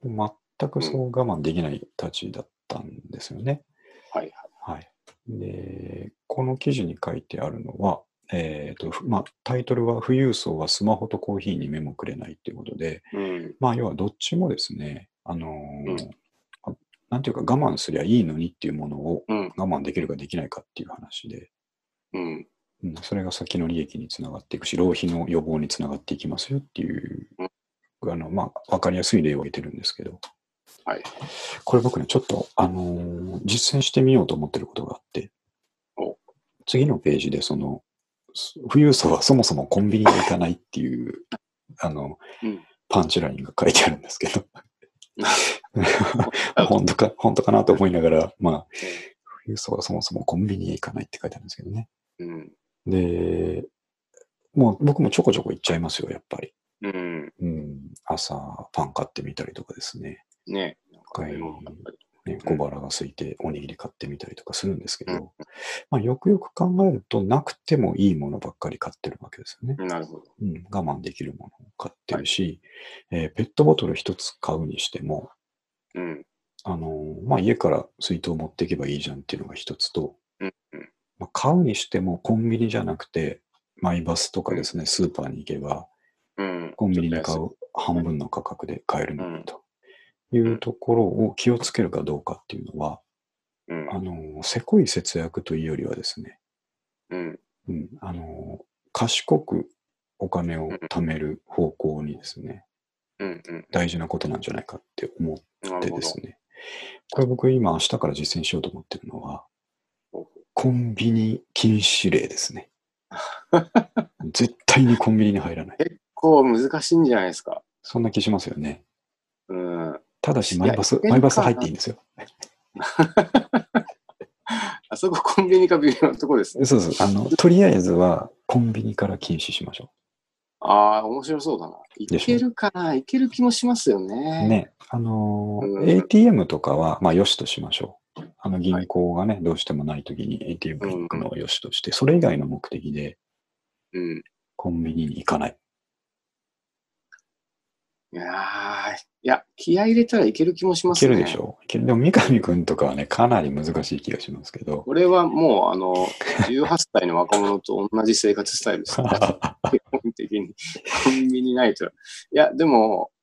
全くそう我慢できないたちだったんですよね。で、この記事に書いてあるのは、タイトルは富裕層はスマホとコーヒーに目もくれないっていうことで、まあ要はどっちもですね、なんていうか我慢すりゃいいのにっていうものを我慢できるかできないかっていう話で、それが先の利益につながっていくし、浪費の予防につながっていきますよっていう、わかりやすい例を挙げてるんですけど、これ僕ね、ちょっと、実践してみようと思ってることがあって、次のページで富裕層はそもそもコンビニに行かないっていう、パンチラインが書いてあるんですけど、本当かなと思いながら、まあ、富裕層はそもそもコンビニへ行かないって書いてあるんですけどね。で、もう僕もちょこちょこ行っちゃいますよ、やっぱり。朝、パン買ってみたりとかですね。小腹が空いておにぎり買ってみたりとかするんですけど、まあ、よくよく考えるとなくてもいいものばっかり買ってるわけですよね。 なるほど。 我慢できるものを買ってるし、ペットボトル一つ買うにしても、まあ、家から水筒持っていけばいいじゃんっていうのが一つと、まあ、買うにしてもコンビニじゃなくて、マイバスとかですね、スーパーに行けば、コンビニで買う半分の価格で買えるのというところを気をつけるかどうかっていうのは、せこい節約というよりはですね、賢くお金を貯める方向にですね、大事なことなんじゃないかって思ってですね、これ僕今明日から実践しようと思ってるのは、コンビニ禁止令ですね。絶対にコンビニに入らない。 結構難しいんじゃないですか。 そんな気しますよね。ただしマイバス入っていいんですよ。 あそこコンビニか微妙なとこですね。 そう。とりあえずはコンビニから禁止しましょう。ああ、面白そうだな。いけるかな、いける気もしますよね。 ね。ATM とかは、まあ、よしとしましょう。銀行がね、どうしてもないときに ATM に行くのはよしとして、それ以外の目的で、コンビニに行かない。 いや、気合い入れたらいける気もしますね。 いけるでしょう。でも三上くんとかはね、かなり難しい気がしますけど。 これはもう、18歳の若者と同じ生活スタイルですね。基本的に。コンビニないと。いや、でも、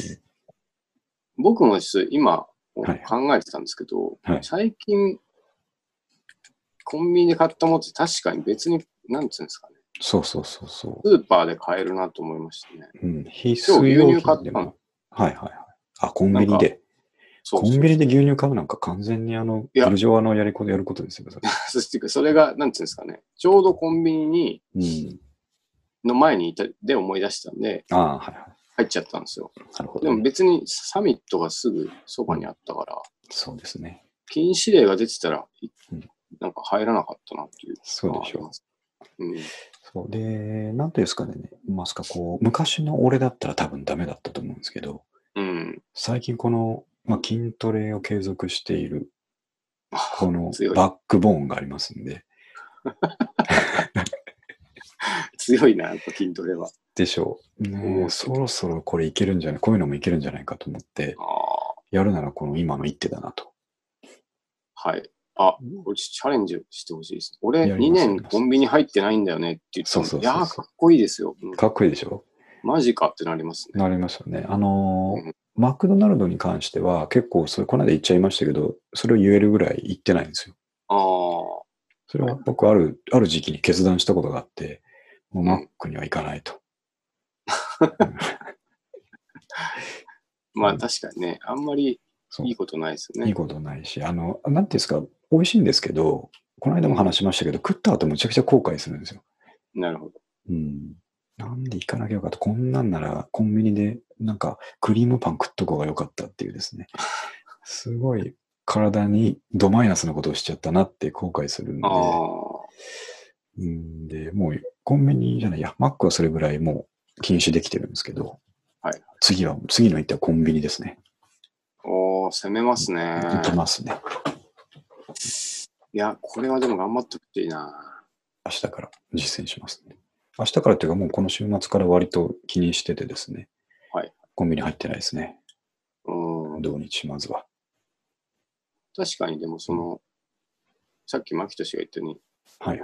僕も今考えてたんですけど、最近、コンビニで買ったものって確かに別に、なんていうんですかね。 そう。 スーパーで買えるなと思いましたね。 必須用品でも。 はいはいはい。あ、コンビニで。コンビニで牛乳買うなんか完全にブルジョワのやることですよ。 それが、なんていうんですかね、ちょうどコンビニに、の前にいたで思い出したんで、入っちゃったんですよ。 なるほど、 でも別にサミットがすぐそばにあったから、 そうですね。 禁止令が出てたら、なんか入らなかったなっていう。 そうでしょう。そうで、なんていうんですかね、昔の俺だったら多分ダメだったと思うんですけど、最近この、筋トレを継続している、このバックボーンがありますんで。 強いな、やっぱ筋トレは。 でしょう。もうそろそろこれいけるんじゃない、こういうのもいけるんじゃないかと思って、やるならこの今の一手だなと。 はい。これチャレンジしてほしいです。俺、2年コンビニ入ってないんだよねって言っても、いやー、かっこいいですよ。 かっこいいでしょ。 マジかってなりますね。 なりますよね。マクドナルドに関しては結構、この間言っちゃいましたけど、それを言えるぐらい言ってないんですよ。それは僕ある時期に決断したことがあって、もうマックには行かないと。 まあ確かにね、あんまりいいことないですよね。 いいことないし、なんていうんですか、美味しいんですけど、この間も話しましたけど、食った後むちゃくちゃ後悔するんですよ。 なるほど。 なんで行かなきゃよかった。こんなんならコンビニでなんかクリームパン食っとこうがよかったっていうですね。すごい体にドマイナスなことをしちゃったなって後悔するんで。で、もうコンビニじゃないや、マックはそれぐらいもう禁止できてるんですけど、次の一手はコンビニですね。 攻めますね。 行きますね。 いや、これはでも頑張ってほしいな。 明日から実践しますね。明日からっていうかもうこの週末から割と気にしててですね。コンビニ入ってないですね。土日まずは。 確かにでもさっき牧俊が言ったように、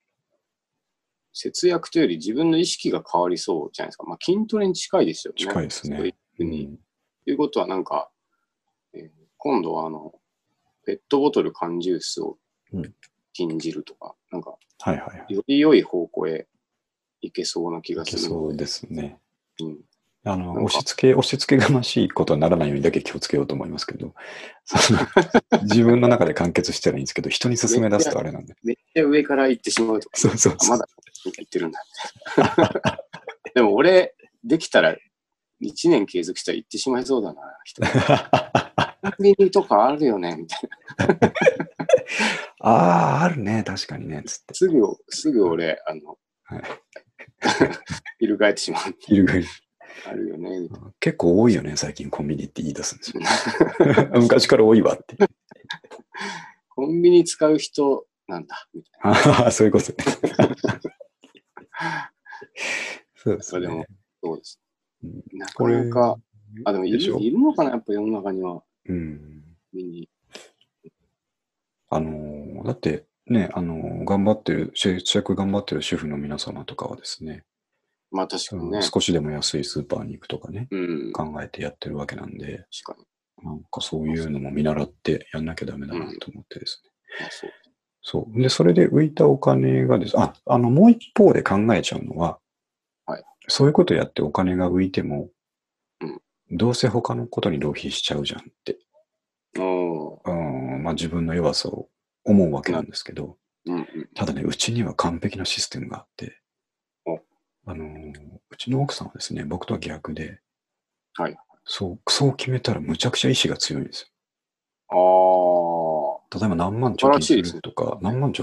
節約というより自分の意識が変わりそうじゃないですか。筋トレに近いですよね。 近いですね。 ということはなんか、今度はペットボトル缶ジュースを禁じるとか、なんか、より良い方向へいけそうな気がするので。 そうですね。押し付けがましいことにならないようにだけ気をつけようと思いますけど、自分の中で完結してらいいんですけど、人に勧め出すとあれなんで。 めっちゃ上から行ってしまうとか、 そうまだ言ってるんだ。でも俺、できたら、1年継続したら行ってしまいそうだな、人。コンビニとかあるよね、みたいな。 あるね、確かにね、つって。 すぐ俺、翻ってしまう。あるよね。 結構多いよね、最近コンビニって言い出すんですよ。昔から多いわって。 コンビニ使う人なんだ、みたいな。そういうことね。そうですね。 でも、そうです。なかなか、でもいるのかな、やっぱ世の中には。 だってね、頑張ってる、節約頑張ってる主婦の皆様とかはですね、 確かにね。 少しでも安いスーパーに行くとかね、考えてやってるわけなんで、なんかそういうのも見習ってやんなきゃダメだなと思ってですね。そう。で、それで浮いたお金がです、もう一方で考えちゃうのは、そういうことやってお金が浮いても、どうせ他のことに浪費しちゃうじゃんって。自分の弱さを思うわけなんですけど、ただね、うちには完璧なシステムがあって、うちの奥さんはですね、僕とは逆で、そう決めたらむちゃくちゃ意志が強いんですよ。例えば何万貯金するとか、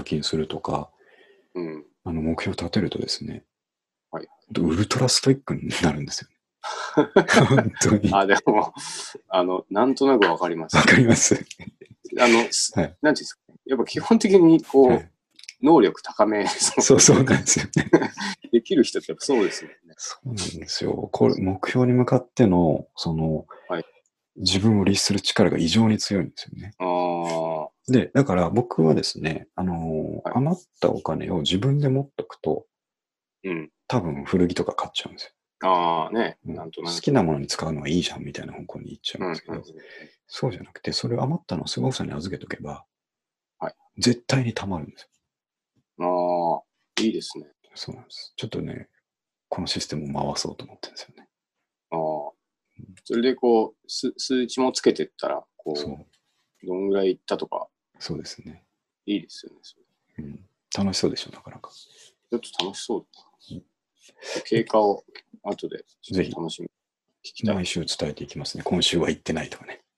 目標を立てるとですね、ウルトラストイックになるんですよね。本当に。 でも、なんとなくわかります。 わかります。 なんていうんですかね。やっぱ基本的に能力高め。 そうなんですよね。 できる人ってやっぱそうですよね。 そうなんですよ。これ、目標に向かっての、自分を律する力が異常に強いんですよね。で、だから僕はですね、余ったお金を自分で持っとくと、多分古着とか買っちゃうんですよ。 なんとなく。 好きなものに使うのはいいじゃんみたいな方向に行っちゃうんですけど、そうじゃなくて、それを余ったのを菅生さんに預けとけば、絶対に貯まるんですよ。いいですね。 そうなんです。ちょっとね、このシステムを回そうと思ってるんですよね。 それでこう、数値もつけてったら、こう、どんぐらいいったとか。 そうですね。 いいですよね、それ。楽しそうでしょ、なかなか。 ちょっと楽しそうだ。経過を後でぜひ楽しみ聞きたい。 毎週伝えていきますね。今週は行ってないとかね。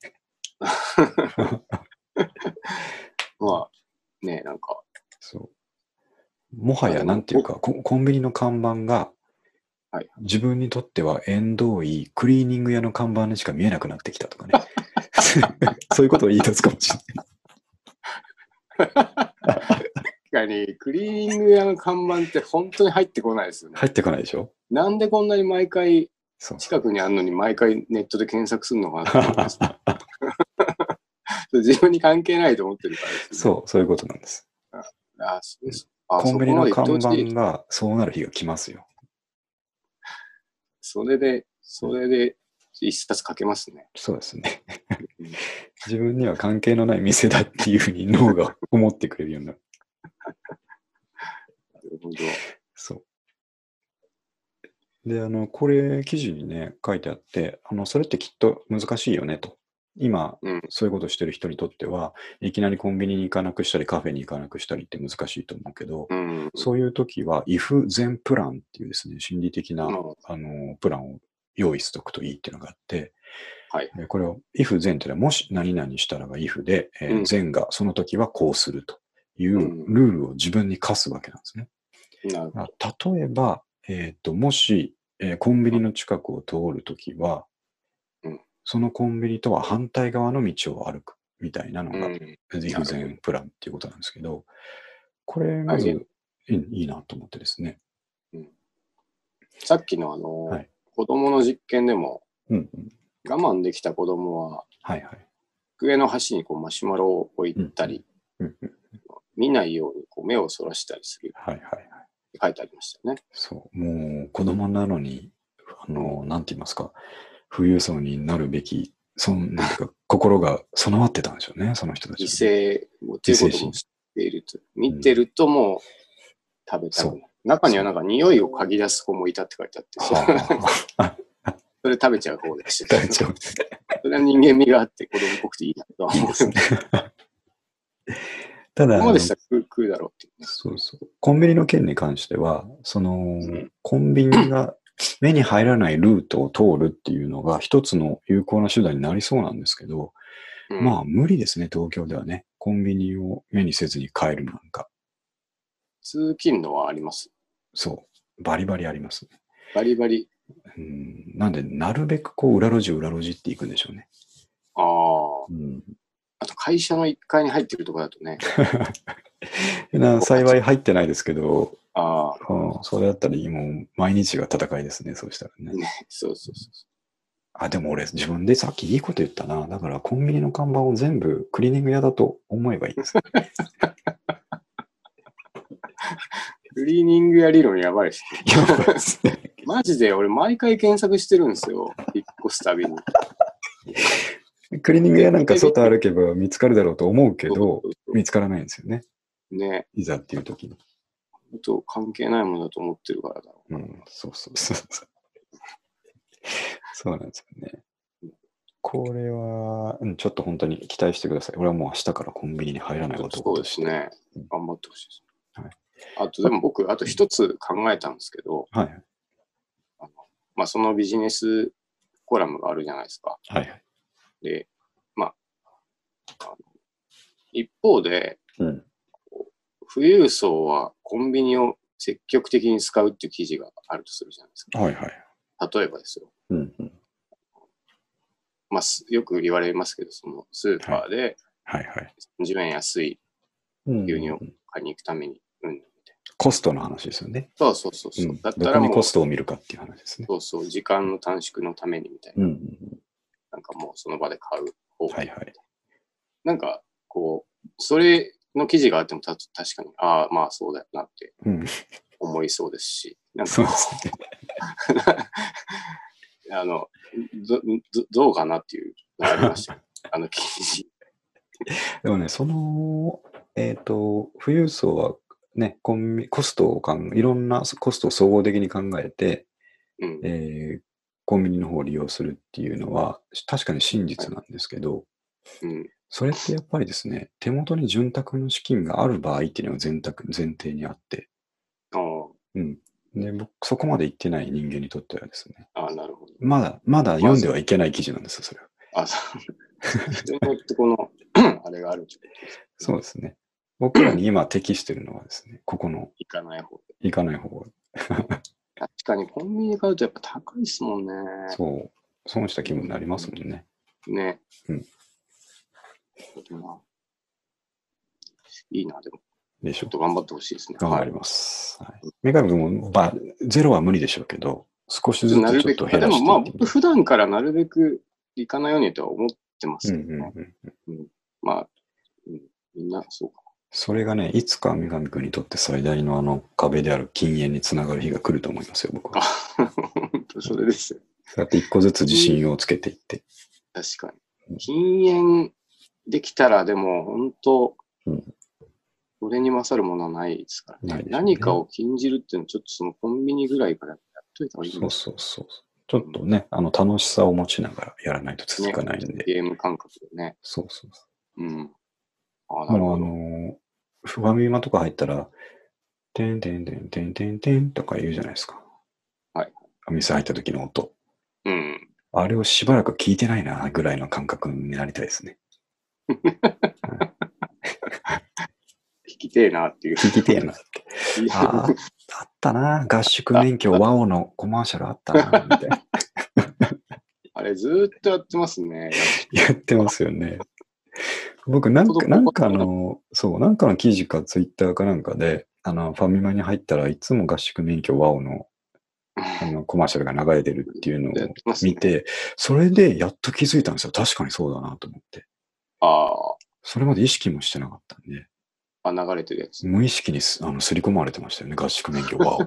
まあ、ね、なんか。 そう。もはや、なんていうか、コンビニの看板が、はい、自分にとっては縁遠いクリーニング屋の看板にしか見えなくなってきたとかね。そういうことを言い出すかもしれない。 確かに、クリーニング屋の看板って本当に入ってこないですよね。 入ってこないでしょ。 なんでこんなに毎回、近くにあるのに毎回ネットで検索するのかなって思います。自分に関係ないと思ってるからですね。 そういうことなんです。 そうです。 コンビニの看板がそうなる日が来ますよ。 それで一冊書けますね。 そうですね。自分には関係のない店だっていうふうに脳が思ってくれるようになる。 なるほど。 そう。で、これ記事にね、書いてあって、それってきっと難しいよねと。今、そういうことをしてる人にとっては、いきなりコンビニに行かなくしたり、カフェに行かなくしたりって難しいと思うけど、そういう時は、if 全プランっていうですね、心理的な、プランを用意しておくといいっていうのがあって、 はい、 これを if 全というのは、もし何々したらが if で、全がその時はこうするというルールを自分に課すわけなんですね。例えば、もし、コンビニの近くを通るときは、そのコンビニとは反対側の道を歩くみたいなのが、if 全プランっていうことなんですけど、これまずいいなと思ってですね。 さっきの子供の実験でも、我慢できた子供は、机の端にこうマシュマロを置いたり、見ないようにこう目をそらしたりする。書いてありましたよね。 そう。もう子供なのに、なんて言いますか、富裕層になるべき、なんていうか、心が備わってたんでしょうね、その人たち、 理性をということも知っていると。見てるともう食べたくない。中にはなんか匂いを嗅ぎ出す子もいたって書いてあって、それ食べちゃう方ですし、それは人間味があって子供っぽくていいなと思うんですね。 ただ、 ここまでしたら食うだろうっていう、 ね。そうそう。コンビニの件に関しては、コンビニが目に入らないルートを通るっていうのが一つの有効な手段になりそうなんですけど、まあ無理ですね、東京ではね。コンビニを目にせずに帰るなんか。 通勤路はあります。 そう。バリバリありますね。 バリバリ。 なんで、なるべくこう、裏路地っていくんでしょうね。 あと会社の1階に入ってるところだとね。 幸い入ってないですけど、それだったらもう毎日が戦いですね、そうしたらね。 そう。 でも俺自分でさっきいいこと言ったな。だからコンビニの看板を全部クリーニング屋だと思えばいいです。 クリーニング屋理論やばいですね。やばいですね。マジで俺毎回検索してるんですよ。引っ越すたびに。 クリーニング屋なんか外歩けば見つかるだろうと思うけど、見つからないんですよね。 ね。 いざっていう時に。 と関係ないものだと思ってるからだろう。 そう。そうなんですよね。これは、ちょっと本当に期待してください。俺はもう明日からコンビニに入らない男として。 そうですね。頑張ってほしいです。あとでも僕、あと一つ考えたんですけど、そのビジネスコラムがあるじゃないですか。で、一方で、富裕層はコンビニを積極的に使うっていう記事があるとするじゃないですか。例えばですよ。よく言われますけど、そのスーパーで30円安い牛乳を買いに行くために、 コストの話ですよね。 そう。 だったらどこにコストを見るかっていう話ですね。 そう。時間の短縮のためにみたいな。なんかもうその場で買う方がいい。なんか、こう、それの記事があっても確かに、まあそうだよなって思いそうですし。なんかどうかなっていうのがありました。記事。 でもね、富裕層はね、コストをいろんなコストを総合的に考えて、 コンビニの方を利用するっていうのは、確かに真実なんですけど、それってやっぱりですね、手元に潤沢の資金がある場合っていうのが前提にあって、で、僕、そこまで行ってない人間にとってはですね、 なるほど。 まだ読んではいけない記事なんですよ、それは。 そう。人によってこの、あれがあるってことです。 そうですね。僕らに今適してるのはですね、ここの。 行かない方。 確かにコンビニで買うとやっぱ高いですもんね。 そう。損した気分になりますもんね。 ね。いいな、でも。 でしょ。 ちょっと頑張ってほしいですね。 頑張ります。三上君も、ゼロは無理でしょうけど、少しずつちょっと減らしていって。 でも僕普段からなるべく行かないようにとは思ってますけどね。みんなそうか。 それがね、いつか三上君にとって最大の壁である禁煙につながる日が来ると思いますよ、僕は。 本当それですよ。 そうやって一個ずつ自信をつけていって。 確かに。禁煙できたら、でも本当、それに勝るものはないですからね。何かを禁じるっていうのは、ちょっとそのコンビニぐらいからやっといた方がいいんですよ。そう。ちょっとね、楽しさを持ちながらやらないと続かないんで。 ゲーム感覚でね。 そう。 もう、ファミマとか入ったら、てんてんてんてんてんてんとか言うじゃないですか。お店入った時の音。あれをしばらく聞いてないな、ぐらいの感覚になりたいですね。 聞きてえなっていう。 聞きてえなって。あったな。合宿免許ワオのコマーシャルあったな、みたいな。 あれずーっとやってますね。 やってますよね。僕、なんかの記事かツイッターかなんかで、ファミマに入ったらいつも合宿免許ワオのコマーシャルが流れてるっていうのを見て、それでやっと気づいたんですよ。確かにそうだなと思って。それまで意識もしてなかったんで。 流れてるやつ。 無意識にすり込まれてましたよね、合宿免許ワオ。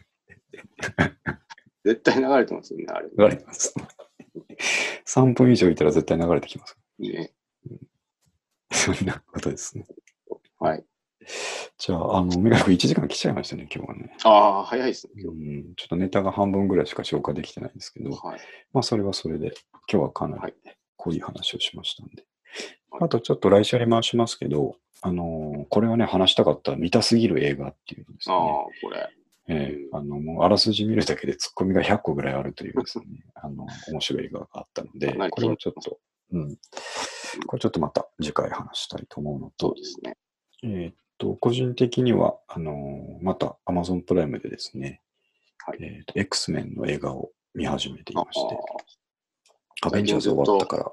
絶対流れてますよね、あれ。 流れてます。3分以上いたら絶対流れてきます。 ね。 そんなことですね。 はい。 じゃあ、三上君1時間来ちゃいましたね、今日はね。 早いですね、 今日。ちょっとネタが半分ぐらいしか消化できてないんですけど、それはそれで、今日はかなり濃い話をしましたんで。あとちょっと来週に回しますけど、これはね、話したかった見たすぎる映画っていうのですね。 これ。 もうあらすじ見るだけでツッコミが100個ぐらいあるというですね、面白い映画があったので、これはちょっと、これちょっとまた次回話したいと思うのと、 そうですね。 個人的には、また Amazon プライムでですね、X メンの映画を見始めていまして、アベンジャーズ終わったから、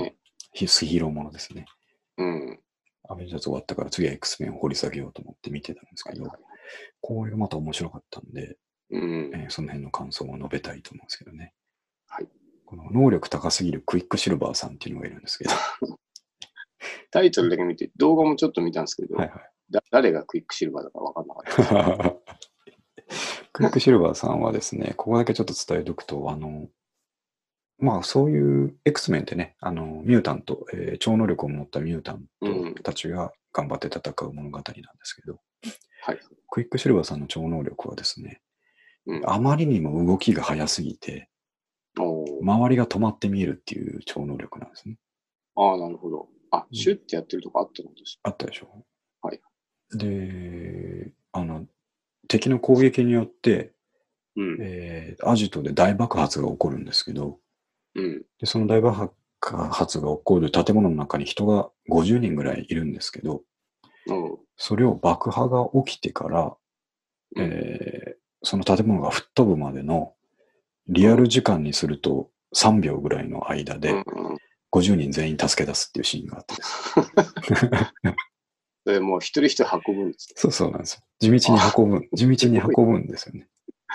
ヒーローものですね。アベンジャーズ終わったから次は X メンを掘り下げようと思って見てたんですけど、これがまた面白かったんで、その辺の感想を述べたいと思うんですけどね。この能力高すぎるクイックシルバーさんっていうのがいるんですけど。 タイトルだけ見て、動画もちょっと見たんですけど、誰がクイックシルバーだか分かんなかったです。 クイックシルバーさんはですね、ここだけちょっと伝えておくと、そういう X メンってね、ミュータント、超能力を持ったミュータントたちが頑張って戦う物語なんですけど、クイックシルバーさんの超能力はですね、あまりにも動きが速すぎて、周りが止まって見えるっていう超能力なんですね。 なるほど。シュッてやってるとこあったのです。 あったでしょ。で、敵の攻撃によって、アジトで大爆発が起こるんですけど、でその大爆発が起こる建物の中に人が50人ぐらいいるんですけど、それを爆破が起きてから、その建物が吹っ飛ぶまでのリアル時間にすると3秒ぐらいの間で50人全員助け出すっていうシーンがあってそれもう一人一人運ぶんですか？ そうなんですよ。地道に運ぶんですよね。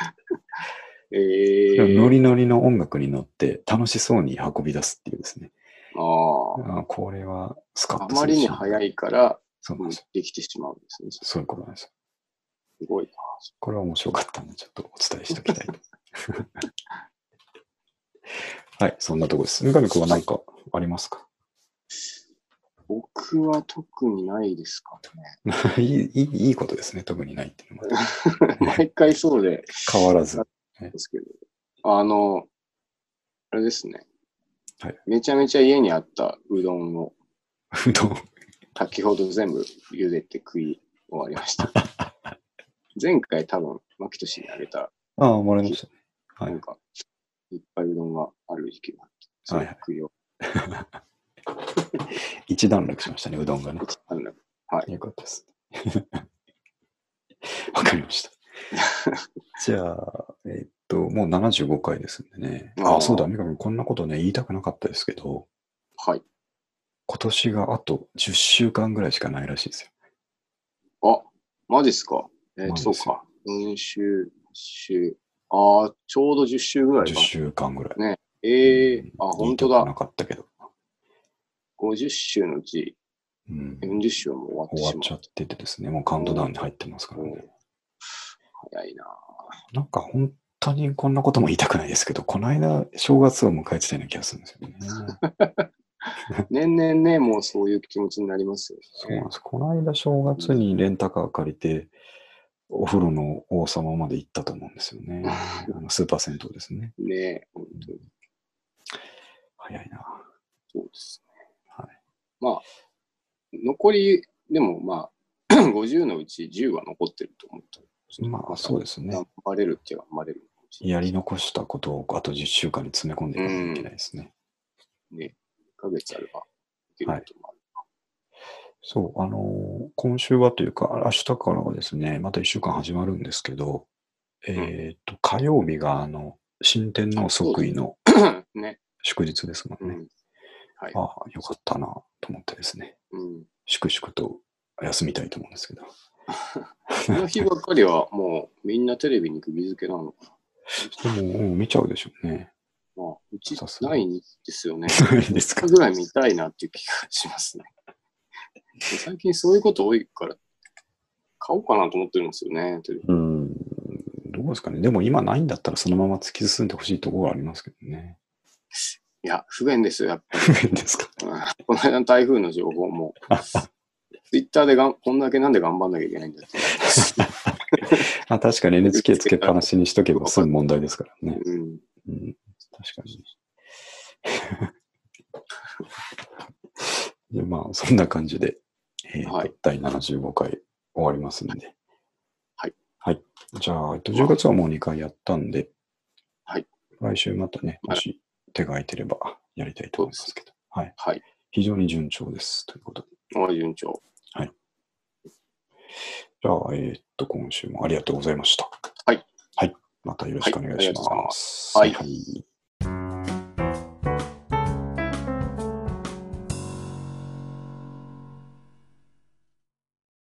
ノリノリの音楽に乗って楽しそうに運び出すっていうですね。これはスカッとする。 あまりに速いからできてしまうんですね。 そういうことなんですよ。 すごいな。 これは面白かったんで、ちょっとお伝えしておきたいと。はい、そんなところです。三上君は何かありますか？ 僕は特にないですかね。 いいことですね、特にないっていうのは。毎回そうで。 変わらず。 ですけど。 あれですね。 はい。 めちゃめちゃ家にあったうどんを、 うどん先ほど全部茹でて食い終わりました。前回多分、牧俊にあげた。 ああ、もらいましたね。 はい。なんか、いっぱいうどんがある時期があって、それ食いを。 一段落しましたね、うどんがね。 一段落。はい。 よかったです。わかりました。じゃあ、もう75回ですんでね。そうだ、三上君、こんなことね、言いたくなかったですけど、 はい。 今年があと10週間ぐらいしかないらしいですよ。 マジっすか。そうか。4週、ちょうど10週ぐらいか。 10週間ぐらい。 ね。本当だ。 言いたくなかったけど。 50週のうち、40週はもう終わっちゃっててですね、もうカウントダウンに入ってますからね。 早いな。 なんか本当にこんなことも言いたくないですけど、この間正月を迎えてたような気がするんですよね。 年々ね、もうそういう気持ちになりますよね。 そうなんです。この間正月にレンタカー借りて、お風呂の王様まで行ったと思うんですよね。スーパー銭湯ですね。 ねえ、本当に。 早いな。 そうですね。 はい。 まあ、残り、でもまあ、50のうち10は残ってると思った。 まあ、そうですね。 頑張れるっちゃ頑張れる。 やり残したことをあと10週間に詰め込んでいかなきゃいけないですね。 ね、1ヶ月あればできることもある。 そう、今週はというか、明日からはですね、また1週間始まるんですけど、火曜日が新天皇即位の祝日ですもんね。よかったなと思ってですね、粛々と休みたいと思うんですけど。 その日ばっかりはもうみんなテレビに釘付けなのかな。でも、見ちゃうでしょうね。 まあ、うちないんですよね。 ないですか。 ぐらい見たいなっていう気がしますね。最近そういうこと多いから、買おうかなと思ってるんですよね。 どうですかね。でも今ないんだったらそのまま突き進んでほしいところはありますけどね。 いや、不便ですよ、やっぱり。 不便ですか。 この間の台風の情報も、ツイッターでこんだけなんで頑張んなきゃいけないんだって。 確かに NHK つけっぱなしにしとけば済む問題ですからね。確かに。でまあ、そんな感じで、第75回終わりますんで。 はい。 はい。じゃあ、10月はもう2回やったんで、 はい。 来週またね、もし手が空いてればやりたいと思いますけど。はい。 はい。 非常に順調です。ということで。 順調。 はい。じゃあ、今週もありがとうございました。 はい。 はい。またよろしくお願いします。 はい。